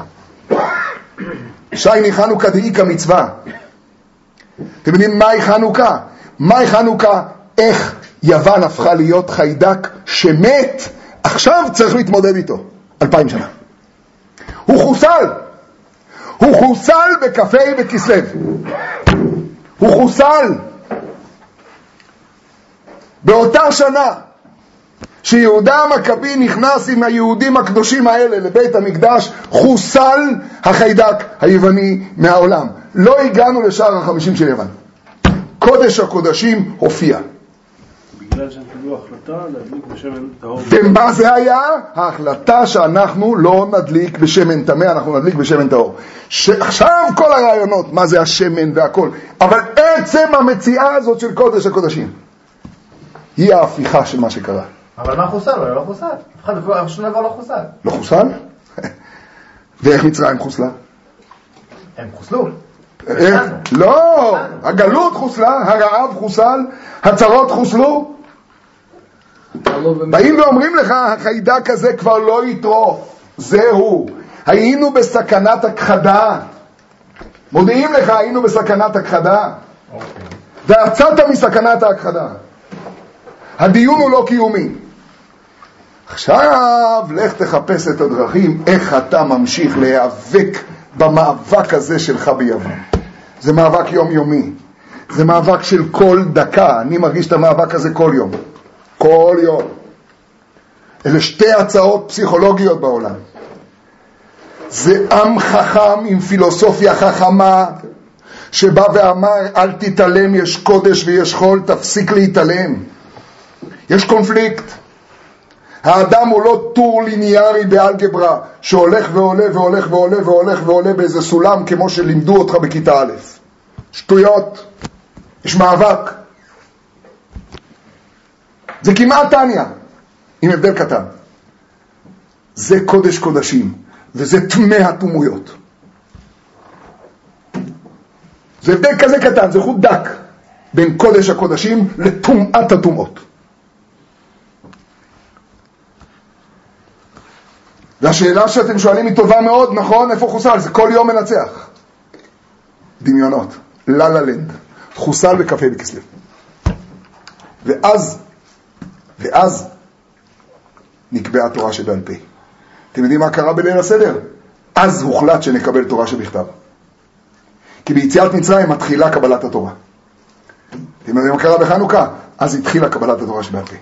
שייני חנוכה דאיקה מצווה. אתם יודעים מהי חנוכה? מהי חנוכה? איך יוון הפכה להיות חיידק שמת, עכשיו צריך להתמודד איתו 2000 שנה. הוא חוסל. הוא חוסל בקפי בכסלו. הוא חוסל. באותה שנה שיהודה המכבי נכנס עם היהודים הקדושים האלה לבית המקדש, חוסל החיידק היווני מהעולם. לא הגענו לשער ה-50 של יוון. קודש הקודשים הופיע. בגלל שהם קיבלו החלטה להדליק בשמן טהור. ומה זה היה? ההחלטה שאנחנו לא נדליק בשמן טמא, אנחנו נדליק בשמן טהור. עכשיו כל הרעיונות, מה זה השמן והכל. אבל עצם המציאה הזאת של קודש הקודשים היא ההפיכה של מה שקרה. אבל מה חוסל? לא חוסל. שום דבר לא חוסל. לא חוסל? ואיך מצרים חוסלה? הם חוסלו. לא, הגלות חוסלה, הרעב חוסל, הצרות חוסלו. באים ואומרים לך, החיידק הזה כבר לא יטרוף. זהו. היינו בסכנת הכחדה. מודיעים לך, היינו בסכנת הכחדה. ויצאת מסכנת ההכחדה. הדיון הוא לא קיומי. עכשיו לך תחפש את הדרכים איך אתה ממשיך להיאבק במאבק הזה שלך ביוון. זה מאבק יומיומי, זה מאבק של כל דקה. אני מרגיש את המאבק הזה כל יום, כל יום. אלה שתי הצעות פסיכולוגיות בעולם. זה עם חכם עם פילוסופיה חכמה שבא ואמר אל תתעלם, יש קודש ויש חול, תפסיק להתעלם. יש קונפליקט. האדם הוא לא טור ליניארי באלגברה שהולך ועולה והולך ועולה והולך ועולה באיזה סולם כמו שלימדו אותך בכיתה א'. שטויות. יש מאבק. זה כמעט טניה, עם הבדל קטן. זה קודש קודשים, וזה תמי התומויות. זה הבדל כזה קטן, זה חוט דק בין קודש הקודשים לתומעת התומות. והשאלה שאתם שואלים היא טובה מאוד, נכון? איפה חוסל? זה כל יום מנצח. דמיונות. ללנד. חוסל בקפה בכסלו. ואז נקבעה תורה שבעל פה. אתם יודעים מה קרה בליל הסדר? אז הוחלט שנקבל תורה שבכתב. כי ביציאת מצרים מתחילה קבלת התורה. אתם יודעים מה קרה בחנוכה? אז התחילה קבלת התורה שבעל פה.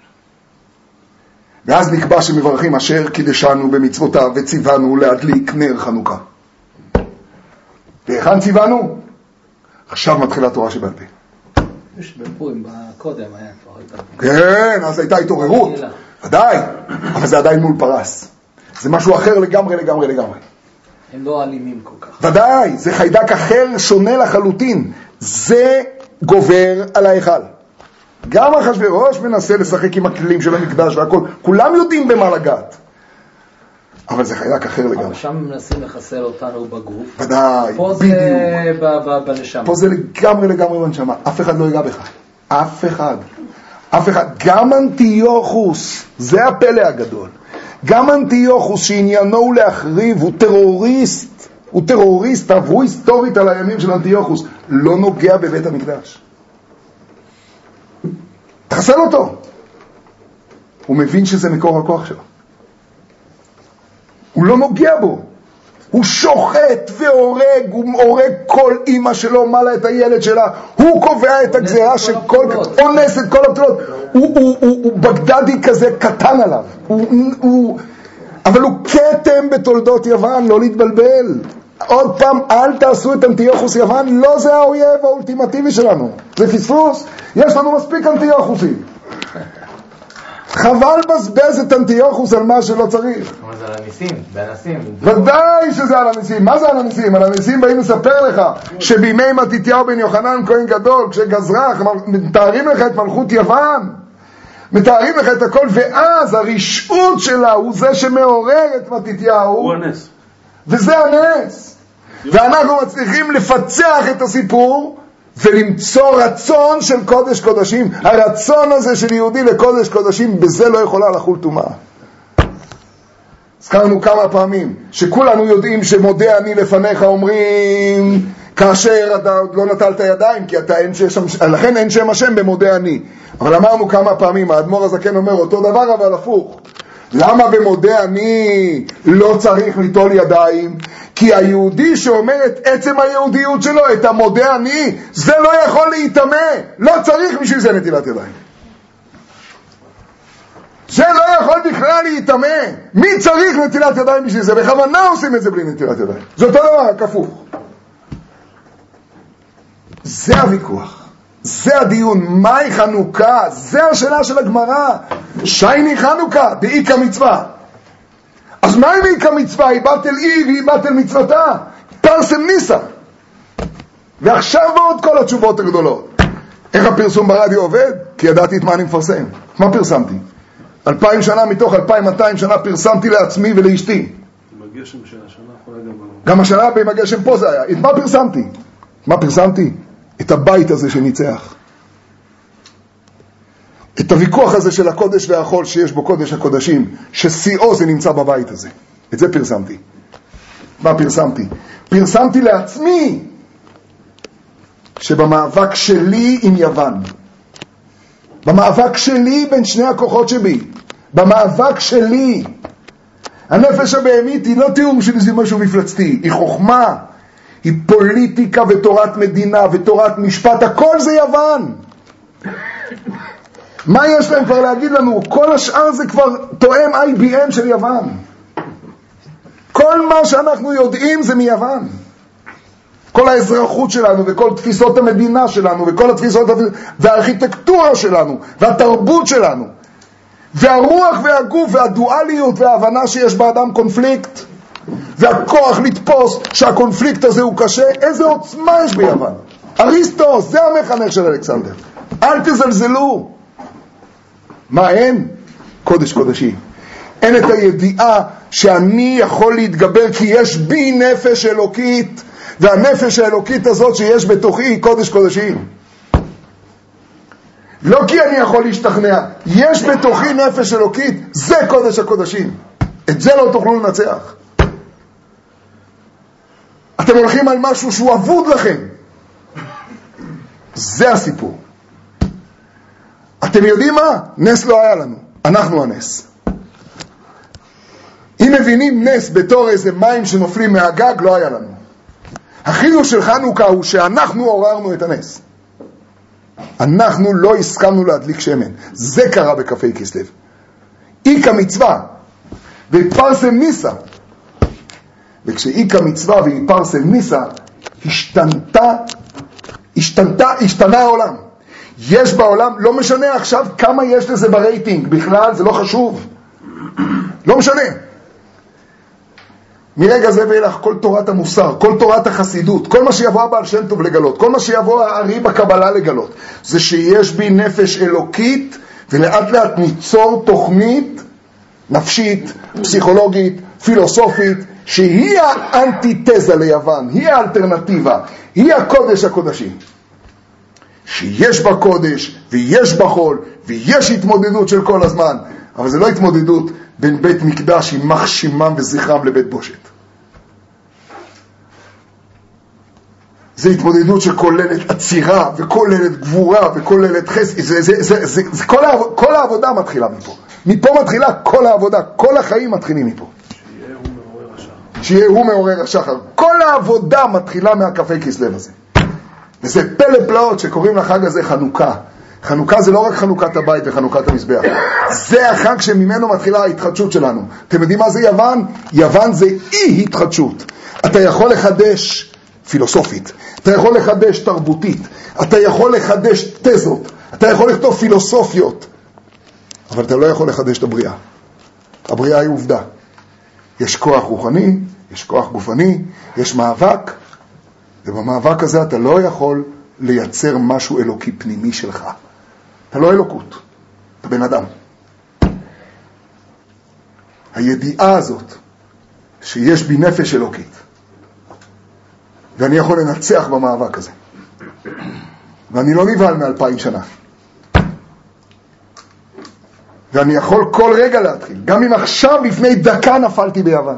ואז נקבע שמברכים אשר קידשנו במצוותיו וציוונו להדליק נר חנוכה. והיכן ציוונו? עכשיו מתחילה תורה שבעל פה. יש בפורים קודם היה כבר. כן, אז הייתה התעוררות. ודאי, אבל זה עדיין מול פרס. זה משהו אחר לגמרי. הם לא אלימים כל כך. ודאי, זה חיידק אחר שונה לחלוטין. זה גובר על ההיכל. גם אחשוורוש מנסה לשחק עם הכלים של המקדש והכל. כולם יודעים במה לגעת. אבל זה חיידק אחר לגמרי. אבל שם מנסים לחסל אותנו בגוף. ודאי, פה בדיוק. זה בנשמה. פה זה לגמרי בנשמה. אף אחד לא ייגע בך. אף אחד. גם אנטיוכוס, זה הפלא הגדול. גם אנטיוכוס שעניינו הוא להחריב, הוא טרוריסט. הוא טרוריסט, עברו היסטורית על הימים של אנטיוכוס, לא נוגע בבית המקדש. תחסל אותו. הוא מבין שזה מקור הכוח שלו. הוא לא נוגע בו. הוא שוחט והורג, הוא הורג כל אמא שלו, מעלה את הילד שלה, הוא קובע את הגזירה שכל, אונס את כל הבטלות, הוא בגדדי כזה קטן עליו, אבל הוא קטם בתולדות יוון, לא להתבלבל. עוד פעם, אל תעשו את אנטיוכוס יוון, לא זה האויב האולטימטיבי שלנו, זה פספוס, יש לנו מספיק אנטיוכוסים. חבל בזבז את אנטיוכוס על מה שלא צריך. אבל זה על הניסים, באנסים. ודאי שזה על הניסים. מה זה על הניסים? על הניסים באים לספר לך שבימי מתתיהו בן יוחנן כהן גדול, כשגזרח, מתארים לך את מלכות יוון, מתארים לך את הכל, ואז הרשעות שלה הוא זה שמעורר את מתתיהו. הוא הנס. וזה הנס. ואנחנו מצליחים לפצח את הסיפור ולמצוא רצון של קודש קודשים. הרצון הזה של יהודי לקודש קודשים, בזה לא יכולה לחול טומאה. הזכרנו כמה פעמים שכולנו יודעים שמודה אני לפניך, אומרים כאשר אתה לא נטלת ידיים, כי אתה לכן אין שם השם במודה אני. אבל אמרנו כמה פעמים, האדמו"ר הזקן אומר אותו דבר אבל הפוך. למה במודה אני לא צריך ליטול ידיים? כי היהודי שאומר את עצם היהודיות שלו, את המודה אני, זה לא יכול להיטמא. לא צריך בשביל זה נטילת ידיים. זה לא יכול בכלל להיטמא. מי צריך נטילת ידיים בשביל זה? בכוונה עושים את זה בלי נטילת ידיים. זה אותו דבר, כפוך. זה הוויכוח. זה הדיון. מהי חנוכה? זה השאלה של הגמרא. שייני חנוכה, דאיקה מצווה. אז מה אם איקה מצווה? היא בטל אי והיא בטל מצוותה. פרסם ניסה. ועכשיו בעוד כל התשובות הגדולות. איך הפרסום ברדיו עובד? כי ידעתי את מה אני מפרסם. מה פרסמתי? 2000 שנה מתוך 2200 שנה פרסמתי לעצמי ולאשתי. בגשם של השנה האחרונה גם השנה במגשם פה זה היה. את מה פרסמתי? מה פרסמתי? את הבית הזה שניצח. את הוויכוח הזה של הקודש והחול שיש בו קודש הקודשים, ששיאו זה נמצא בבית הזה. את זה פרסמתי. מה פרסמתי? פרסמתי לעצמי שבמאבק שלי עם יוון, במאבק שלי בין שני הכוחות שבי, במאבק שלי, הנפש הבהמית היא לא תיאור של איזה משהו מפלצתי, היא חוכמה, היא פוליטיקה ותורת מדינה ותורת משפט, הכל זה יוון. מה יש להם כבר להגיד לנו? כל השאר זה כבר תואם IBM של יוון. כל מה שאנחנו יודעים זה מיוון. כל האזרחות שלנו וכל תפיסות המדינה שלנו וכל התפיסות והארכיטקטורה שלנו והתרבות שלנו והרוח והגוף והדואליות וההבנה שיש באדם קונפליקט והכוח לתפוס שהקונפליקט הזה הוא קשה, איזה עוצמה יש ביוון. אריסטו, זה המחנך של אלכסנדר. אל תזלזלו. מה אין? קודש קודשים. אין את הידיעה שאני יכול להתגבר כי יש בי נפש אלוקית, והנפש האלוקית הזאת שיש בתוכי היא קודש קודשים. לא כי אני יכול להשתכנע, יש בתוכי נפש אלוקית, זה קודש הקודשים. את זה לא תוכלו לנצח. אתם הולכים על משהו שהוא אבוד לכם. זה הסיפור. אתם יודעים מה? נס לא היה לנו. אנחנו הנס. אם מבינים נס בתור איזה מים שנופלים מהגג, לא היה לנו. החידוש של חנוכה הוא שאנחנו עוררנו את הנס. אנחנו לא הסכמנו להדליק שמן. זה קרה בקפי כסלו. איקה מצווה ופרסם ניסה. וכשאיקה מצווה ופרסם ניסה, השתנה העולם. יש בעולם, לא משנה עכשיו כמה יש לזה ברייטינג, בכלל זה לא חשוב. לא משנה. מרגע זה ואילך כל תורת המוסר, כל תורת החסידות, כל מה שיבוא הבעל שם טוב לגלות, כל מה שיבוא הארי בקבלה לגלות, זה שיש בי נפש אלוקית, ולאט לאט ניצור תוכנית נפשית, פסיכולוגית, פילוסופית, שהיא האנטיתזה ליוון, היא האלטרנטיבה, היא הקודש הקודשים. שיש בה קודש, ויש בה חול, ויש התמודדות של כל הזמן, אבל זה לא התמודדות בין בית מקדש עם יימח שמם וזכרם לבית בושת. זה התמודדות שכוללת עצירה, וכוללת גבורה, וכוללת חסד. כל העבודה מתחילה מפה. מפה מתחילה כל העבודה, כל החיים מתחילים מפה. שיהיה הוא מעורר השחר. כל העבודה מתחילה מהקפה כסלו הזה. וזה פלא פלאות שקוראים לחג הזה חנוכה. חנוכה זה לא רק חנוכת הבית וחנוכת המזבח. זה החג שממנו מתחילה ההתחדשות שלנו. אתם יודעים מה זה יוון? יוון זה אי התחדשות. אתה יכול לחדש פילוסופית, אתה יכול לחדש תרבותית, אתה יכול לחדש תזות, אתה יכול לכתוב פילוסופיות, אבל אתה לא יכול לחדש את הבריאה. הבריאה היא עובדה. יש כוח רוחני, יש כוח גופני, יש מאבק, ובמאבק הזה אתה לא יכול לייצר משהו אלוקי פנימי שלך. אתה לא אלוקות, אתה בן אדם. הידיעה הזאת שיש בי נפש אלוקית, ואני יכול לנצח במאבק הזה, ואני לא נבהל מ2000 שנה, ואני יכול כל רגע להתחיל, גם אם עכשיו לפני דקה נפלתי ביוון.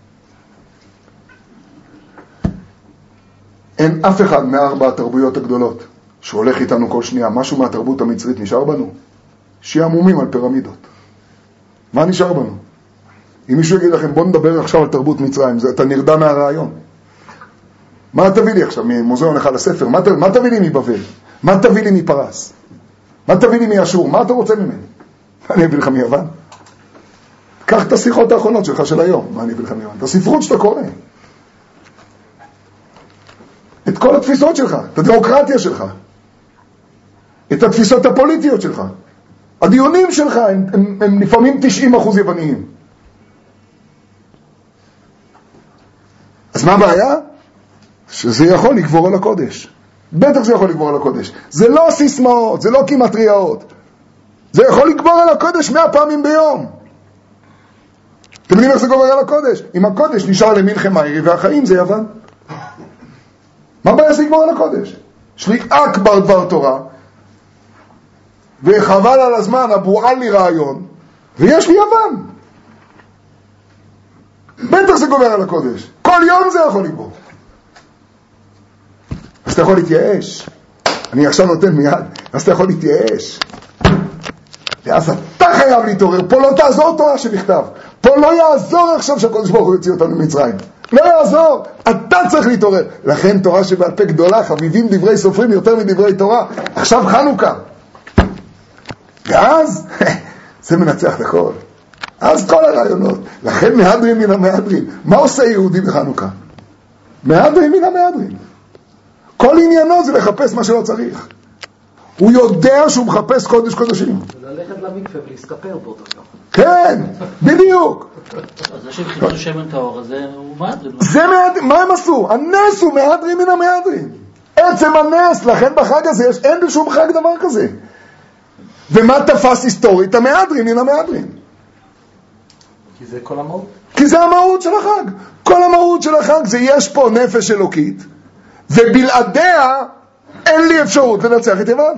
אין אף אחד מארבע התרבויות הגדולות שהולך איתנו כל שנייה. משהו מהתרבות המצרית נשאר בנו? שיעמומים על פירמידות. מה נשאר בנו? אם מישהו יגיד לכם בוא נדבר עכשיו על תרבות מצרים, אתה נרדם מהרעיון. מה תביא לי עכשיו ממוזיאון אחד לספר? מה תביא לי מבבל? מה תביא לי מפרס? מה תביא לי מאשור? מה אתה רוצה ממני? אני אביא לך מיוון? קח את השיחות האחרונות שלך של היום. מה אני אביא לך מיוון? את הספרות שאתה קורא, את כל התפיסות שלך, את הדמוקרטיה שלך, את התפיסות הפוליטיות שלך. הדיונים שלך הם לפעמים 90% יווניים. אז מה הבעיה? שזה יכול לגבור על הקודש. בטח זה יכול לגבור על הקודש. זה לא סיסמאות, זה לא כמטריות. זה יכול לגבור על הקודש 100 פעמים ביום. אתם יודעים איך זה גובר על הקודש? אם הקודש נשאר למלחמה והחיים זה יוון. מה הבעיה זה לגבור על הקודש? יש לי אכבר דבר תורה, וחבל על הזמן, הבועל לי רעיון, ויש לי יוון. בטח זה גובר על הקודש. כל יום זה יכול לגבור. אז אתה יכול להתייאש. אני עכשיו נותן מיד. אז אתה יכול להתייאש. ואז אתה חייב להתעורר. פה לא תעזור תורה שבכתב. פה לא יעזור עכשיו שהקודש ברוך הוא יוציא אותנו ממצרים. לא יעזור. אתה צריך להתעורר. לכן תורה שבעל פה גדולה, חביבים דברי סופרים יותר מדברי תורה. עכשיו חנוכה. ואז זה מנצח את הכל. אז כל הרעיונות. לכן מהדרים מן המהדרים. מה עושה יהודי בחנוכה? מהדרים מן המהדרים. כל עניינו זה לחפש מה שלא צריך. הוא יודע שהוא מחפש קודש קודשים. ללכת למקווה ולהסתפר בו. כן, בדיוק. אז זה שהם חיפשו שמן טהור, אז הוא מהדרים. זה מהדרים, מה הם עשו? הנס הוא מהדרים מן המהדרים. עצם הנס, לכן בחג הזה אין בשום חג דבר כזה. ומה תפס היסטורית? המהדרים מן המהדרים. כי זה כל המהות. כי זה המהות של החג. כל המהות של החג זה יש פה נפש אלוקית, ובלעדיה אין לי אפשרות לנצח את יוון.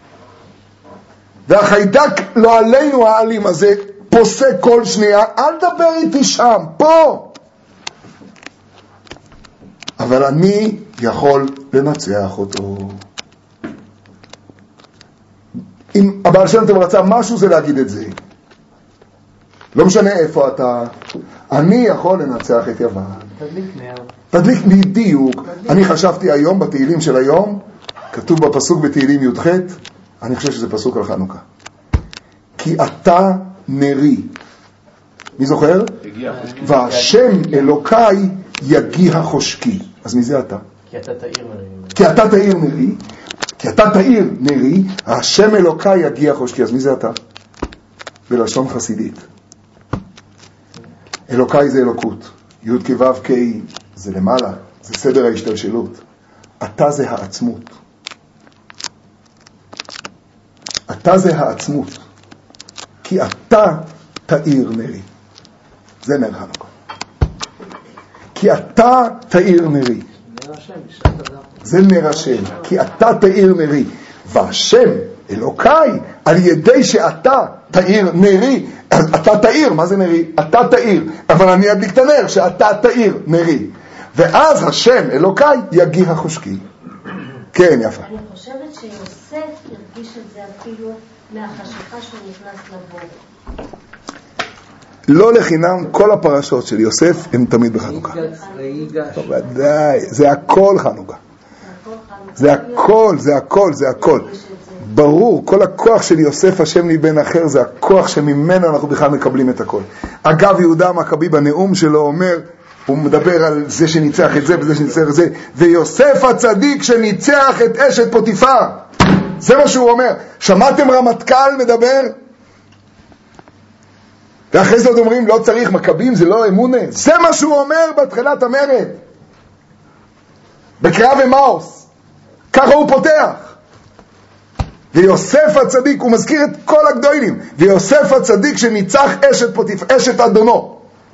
והחיידק לא עלינו העלים הזה פוסק כל שנייה, אל דבר איתי שם, פה. אבל אני יכול לנצח אותו. אם הבעל שם טוב רצה משהו זה להגיד את זה. לא משנה איפה אתה, אני יכול לנצח את יוון. תדליק בדיוק. אני חשבתי היום בתהילים של היום, כתוב בפסוק בתהילים י"ח, אני חושב שזה פסוק על חנוכה. כי אתה נרי. מי זוכר? והשם אלוקיי יגיע חושקי. אז מי זה אתה? כי אתה תאיר נרי. כי אתה תאיר נרי. כי אתה תאיר נרי, השם אלוקיי יגיע חושקי. אז מי זה אתה? בלשון חסידית. אלוקיי זה אלוקות. י' כו' כ' זה למעלה. זה סדר ההשתלשלות. אתה זה העצמות. אתה זה העצמות. כי אתה תאיר נרי. זה נר חנוכה. כי אתה תאיר נרי. זה נר השם. כי אתה תאיר נרי. והשם אלוקיי על ידי שאתה תאיר נרי. אתה תאיר, מה זה נרי? אתה תאיר. אבל אני אדליק את הנר שאתה תאיר נרי. ואז השם אלוקיי יגיע חושקי. כן, יפה. אני חושבת שיוסף הרגיש את זה אפילו מהחשיכה שהוא נכנס לבור. לא לחינם כל הפרשות של יוסף הם תמיד בחנוכה. ודאי, זה הכל חנוכה. זה הכל, זה הכל, זה הכל. ברור, כל הכוח של יוסף השם מבן אחר זה הכוח שממנו אנחנו בכלל מקבלים את הכל. אגב, יהודה המכבי בנאום שלו אומר, הוא מדבר על זה שניצח את זה וזה שניצח את זה, ויוסף הצדיק שניצח את אשת פוטיפר. זה מה שהוא אומר. שמעתם רמטכ"ל מדבר? ואחרי זה עוד אומרים לא צריך, מכבים זה לא אמונה. זה מה שהוא אומר בתחילת המרד בקרב אמאוס. ככה הוא פותח. ויוסף הצדיק, הוא מזכיר את כל הגדולים, ויוסף הצדיק שניצח אשת פוטיפר, אשת אדונו.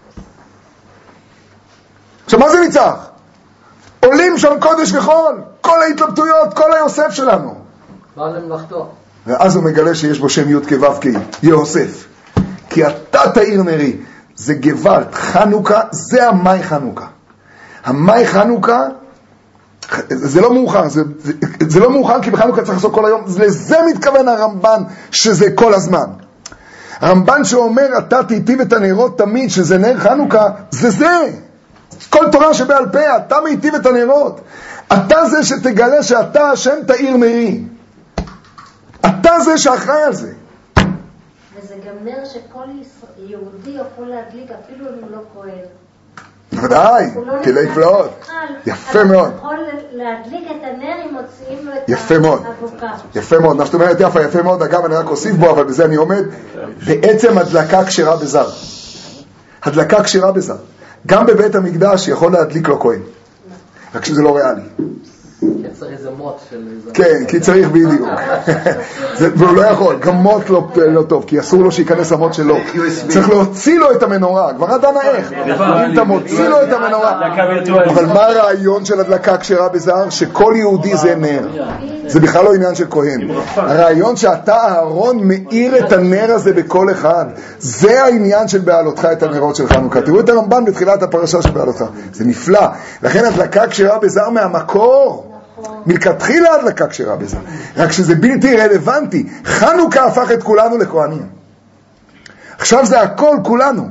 עכשיו מה זה ניצח? עולים שם קודש וחול, כל ההתלבטויות, כל היוסף שלנו. מה למלאכתו? ואז הוא מגלה שיש בו שם י' כו' כ', יוסף. כי אתה תאיר נרי, זה גוואלד, חנוכה, זה המאי חנוכה. המאי חנוכה, זה לא מאוחר, זה לא מאוחר כי בחנוכה צריך לעשות כל היום, לזה מתכוון הרמב"ן שזה כל הזמן. הרמב"ן שאומר אתה תיטיב את הנרות תמיד, שזה נר חנוכה, זה. כל תורה שבעל פה, אתה מיטיב את הנרות. אתה זה שתגלה שאתה השם תאיר נרי. אתה זה שאחראי על זה. וזה גם נר שכל יהודי יכול להדליק אפילו אם הוא לא כהן. ודאי, כלי פלאות. יפה מאוד. אתה יכול להדליק את הנר אם מוציאים לו את יפה מאוד. האבוקה. יפה מאוד. מה שאת אומרת יפה, יפה מאוד. אגב, אני רק אוסיף בו, אבל בזה אני עומד. בעצם הדלקה כשרה בזר. הדלקה כשרה בזר. גם בבית המקדש יכול להדליק לו כהן. רק שזה לא ריאלי. כי צריך איזה מוט של איזה... כן, כי צריך בדיוק. והוא לא יכול, גם מוט לא טוב, כי אסור לו שייכנס המוט שלו. צריך להוציא לו את המנורה, כבר עדנה איך. אם אתה מוציא לו את המנורה. אבל מה הרעיון של הדלקה כשרה בזר? שכל יהודי זה נר. זה בכלל לא עניין של כהן. הרעיון שאתה אהרון מאיר את הנר הזה בכל אחד. זה העניין של בעלותך את הנרות של חנוכה. תראו את הרמב"ן בתחילת הפרשה של בעלותך. זה נפלא. לכן הדלקה כשרה בזר מהמקור. מלכתחילה הדלקה כשרה בזר. רק שזה בלתי רלוונטי. חנוכה הפך את כולנו לכהנים. עכשיו זה הכל כולנו.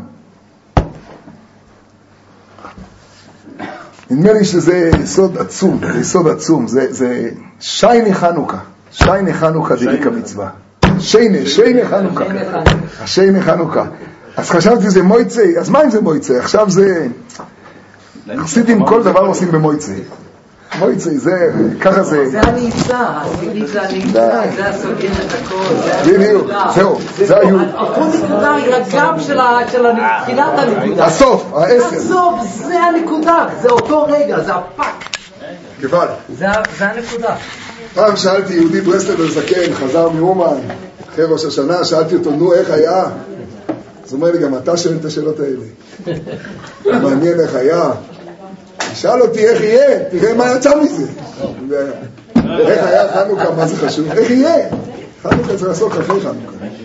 נדמה לי שזה יסוד עצום, זה יסוד עצום, זה שייני חנוכה, שייני חנוכה דליק המצווה. שייני חנוכה. השייני חנוכה. אז חשבתי זה מויצי, אז מה אם זה מויצי? עכשיו זה... חסידים כל דבר עושים במויצי. מויצי, זה, ככה זה... זה הניצה, הסגנית זה הניצה, זה הסוגים את הכל. בדיוק, זהו, זה היו. הכל נקודה היא הגם של תחילת הנקודה. הסוף, העשר. הסוף, זה הנקודה, זה אותו רגע, זה הפק. גבל. זה הנקודה. פעם שאלתי יהודי ברסלב זקן, חזר מאומן, אחרי ראש השנה, שאלתי אותו, נו, איך היה? אז הוא אומר לי, גם אתה שואל את השאלות האלה. מעניין איך היה. שאל אותי איך יהיה, תראה מה יצא מזה. איך היה חנוכה, מה זה חשוב? איך יהיה? חנוכה צריך לעשות אחרי חנוכה.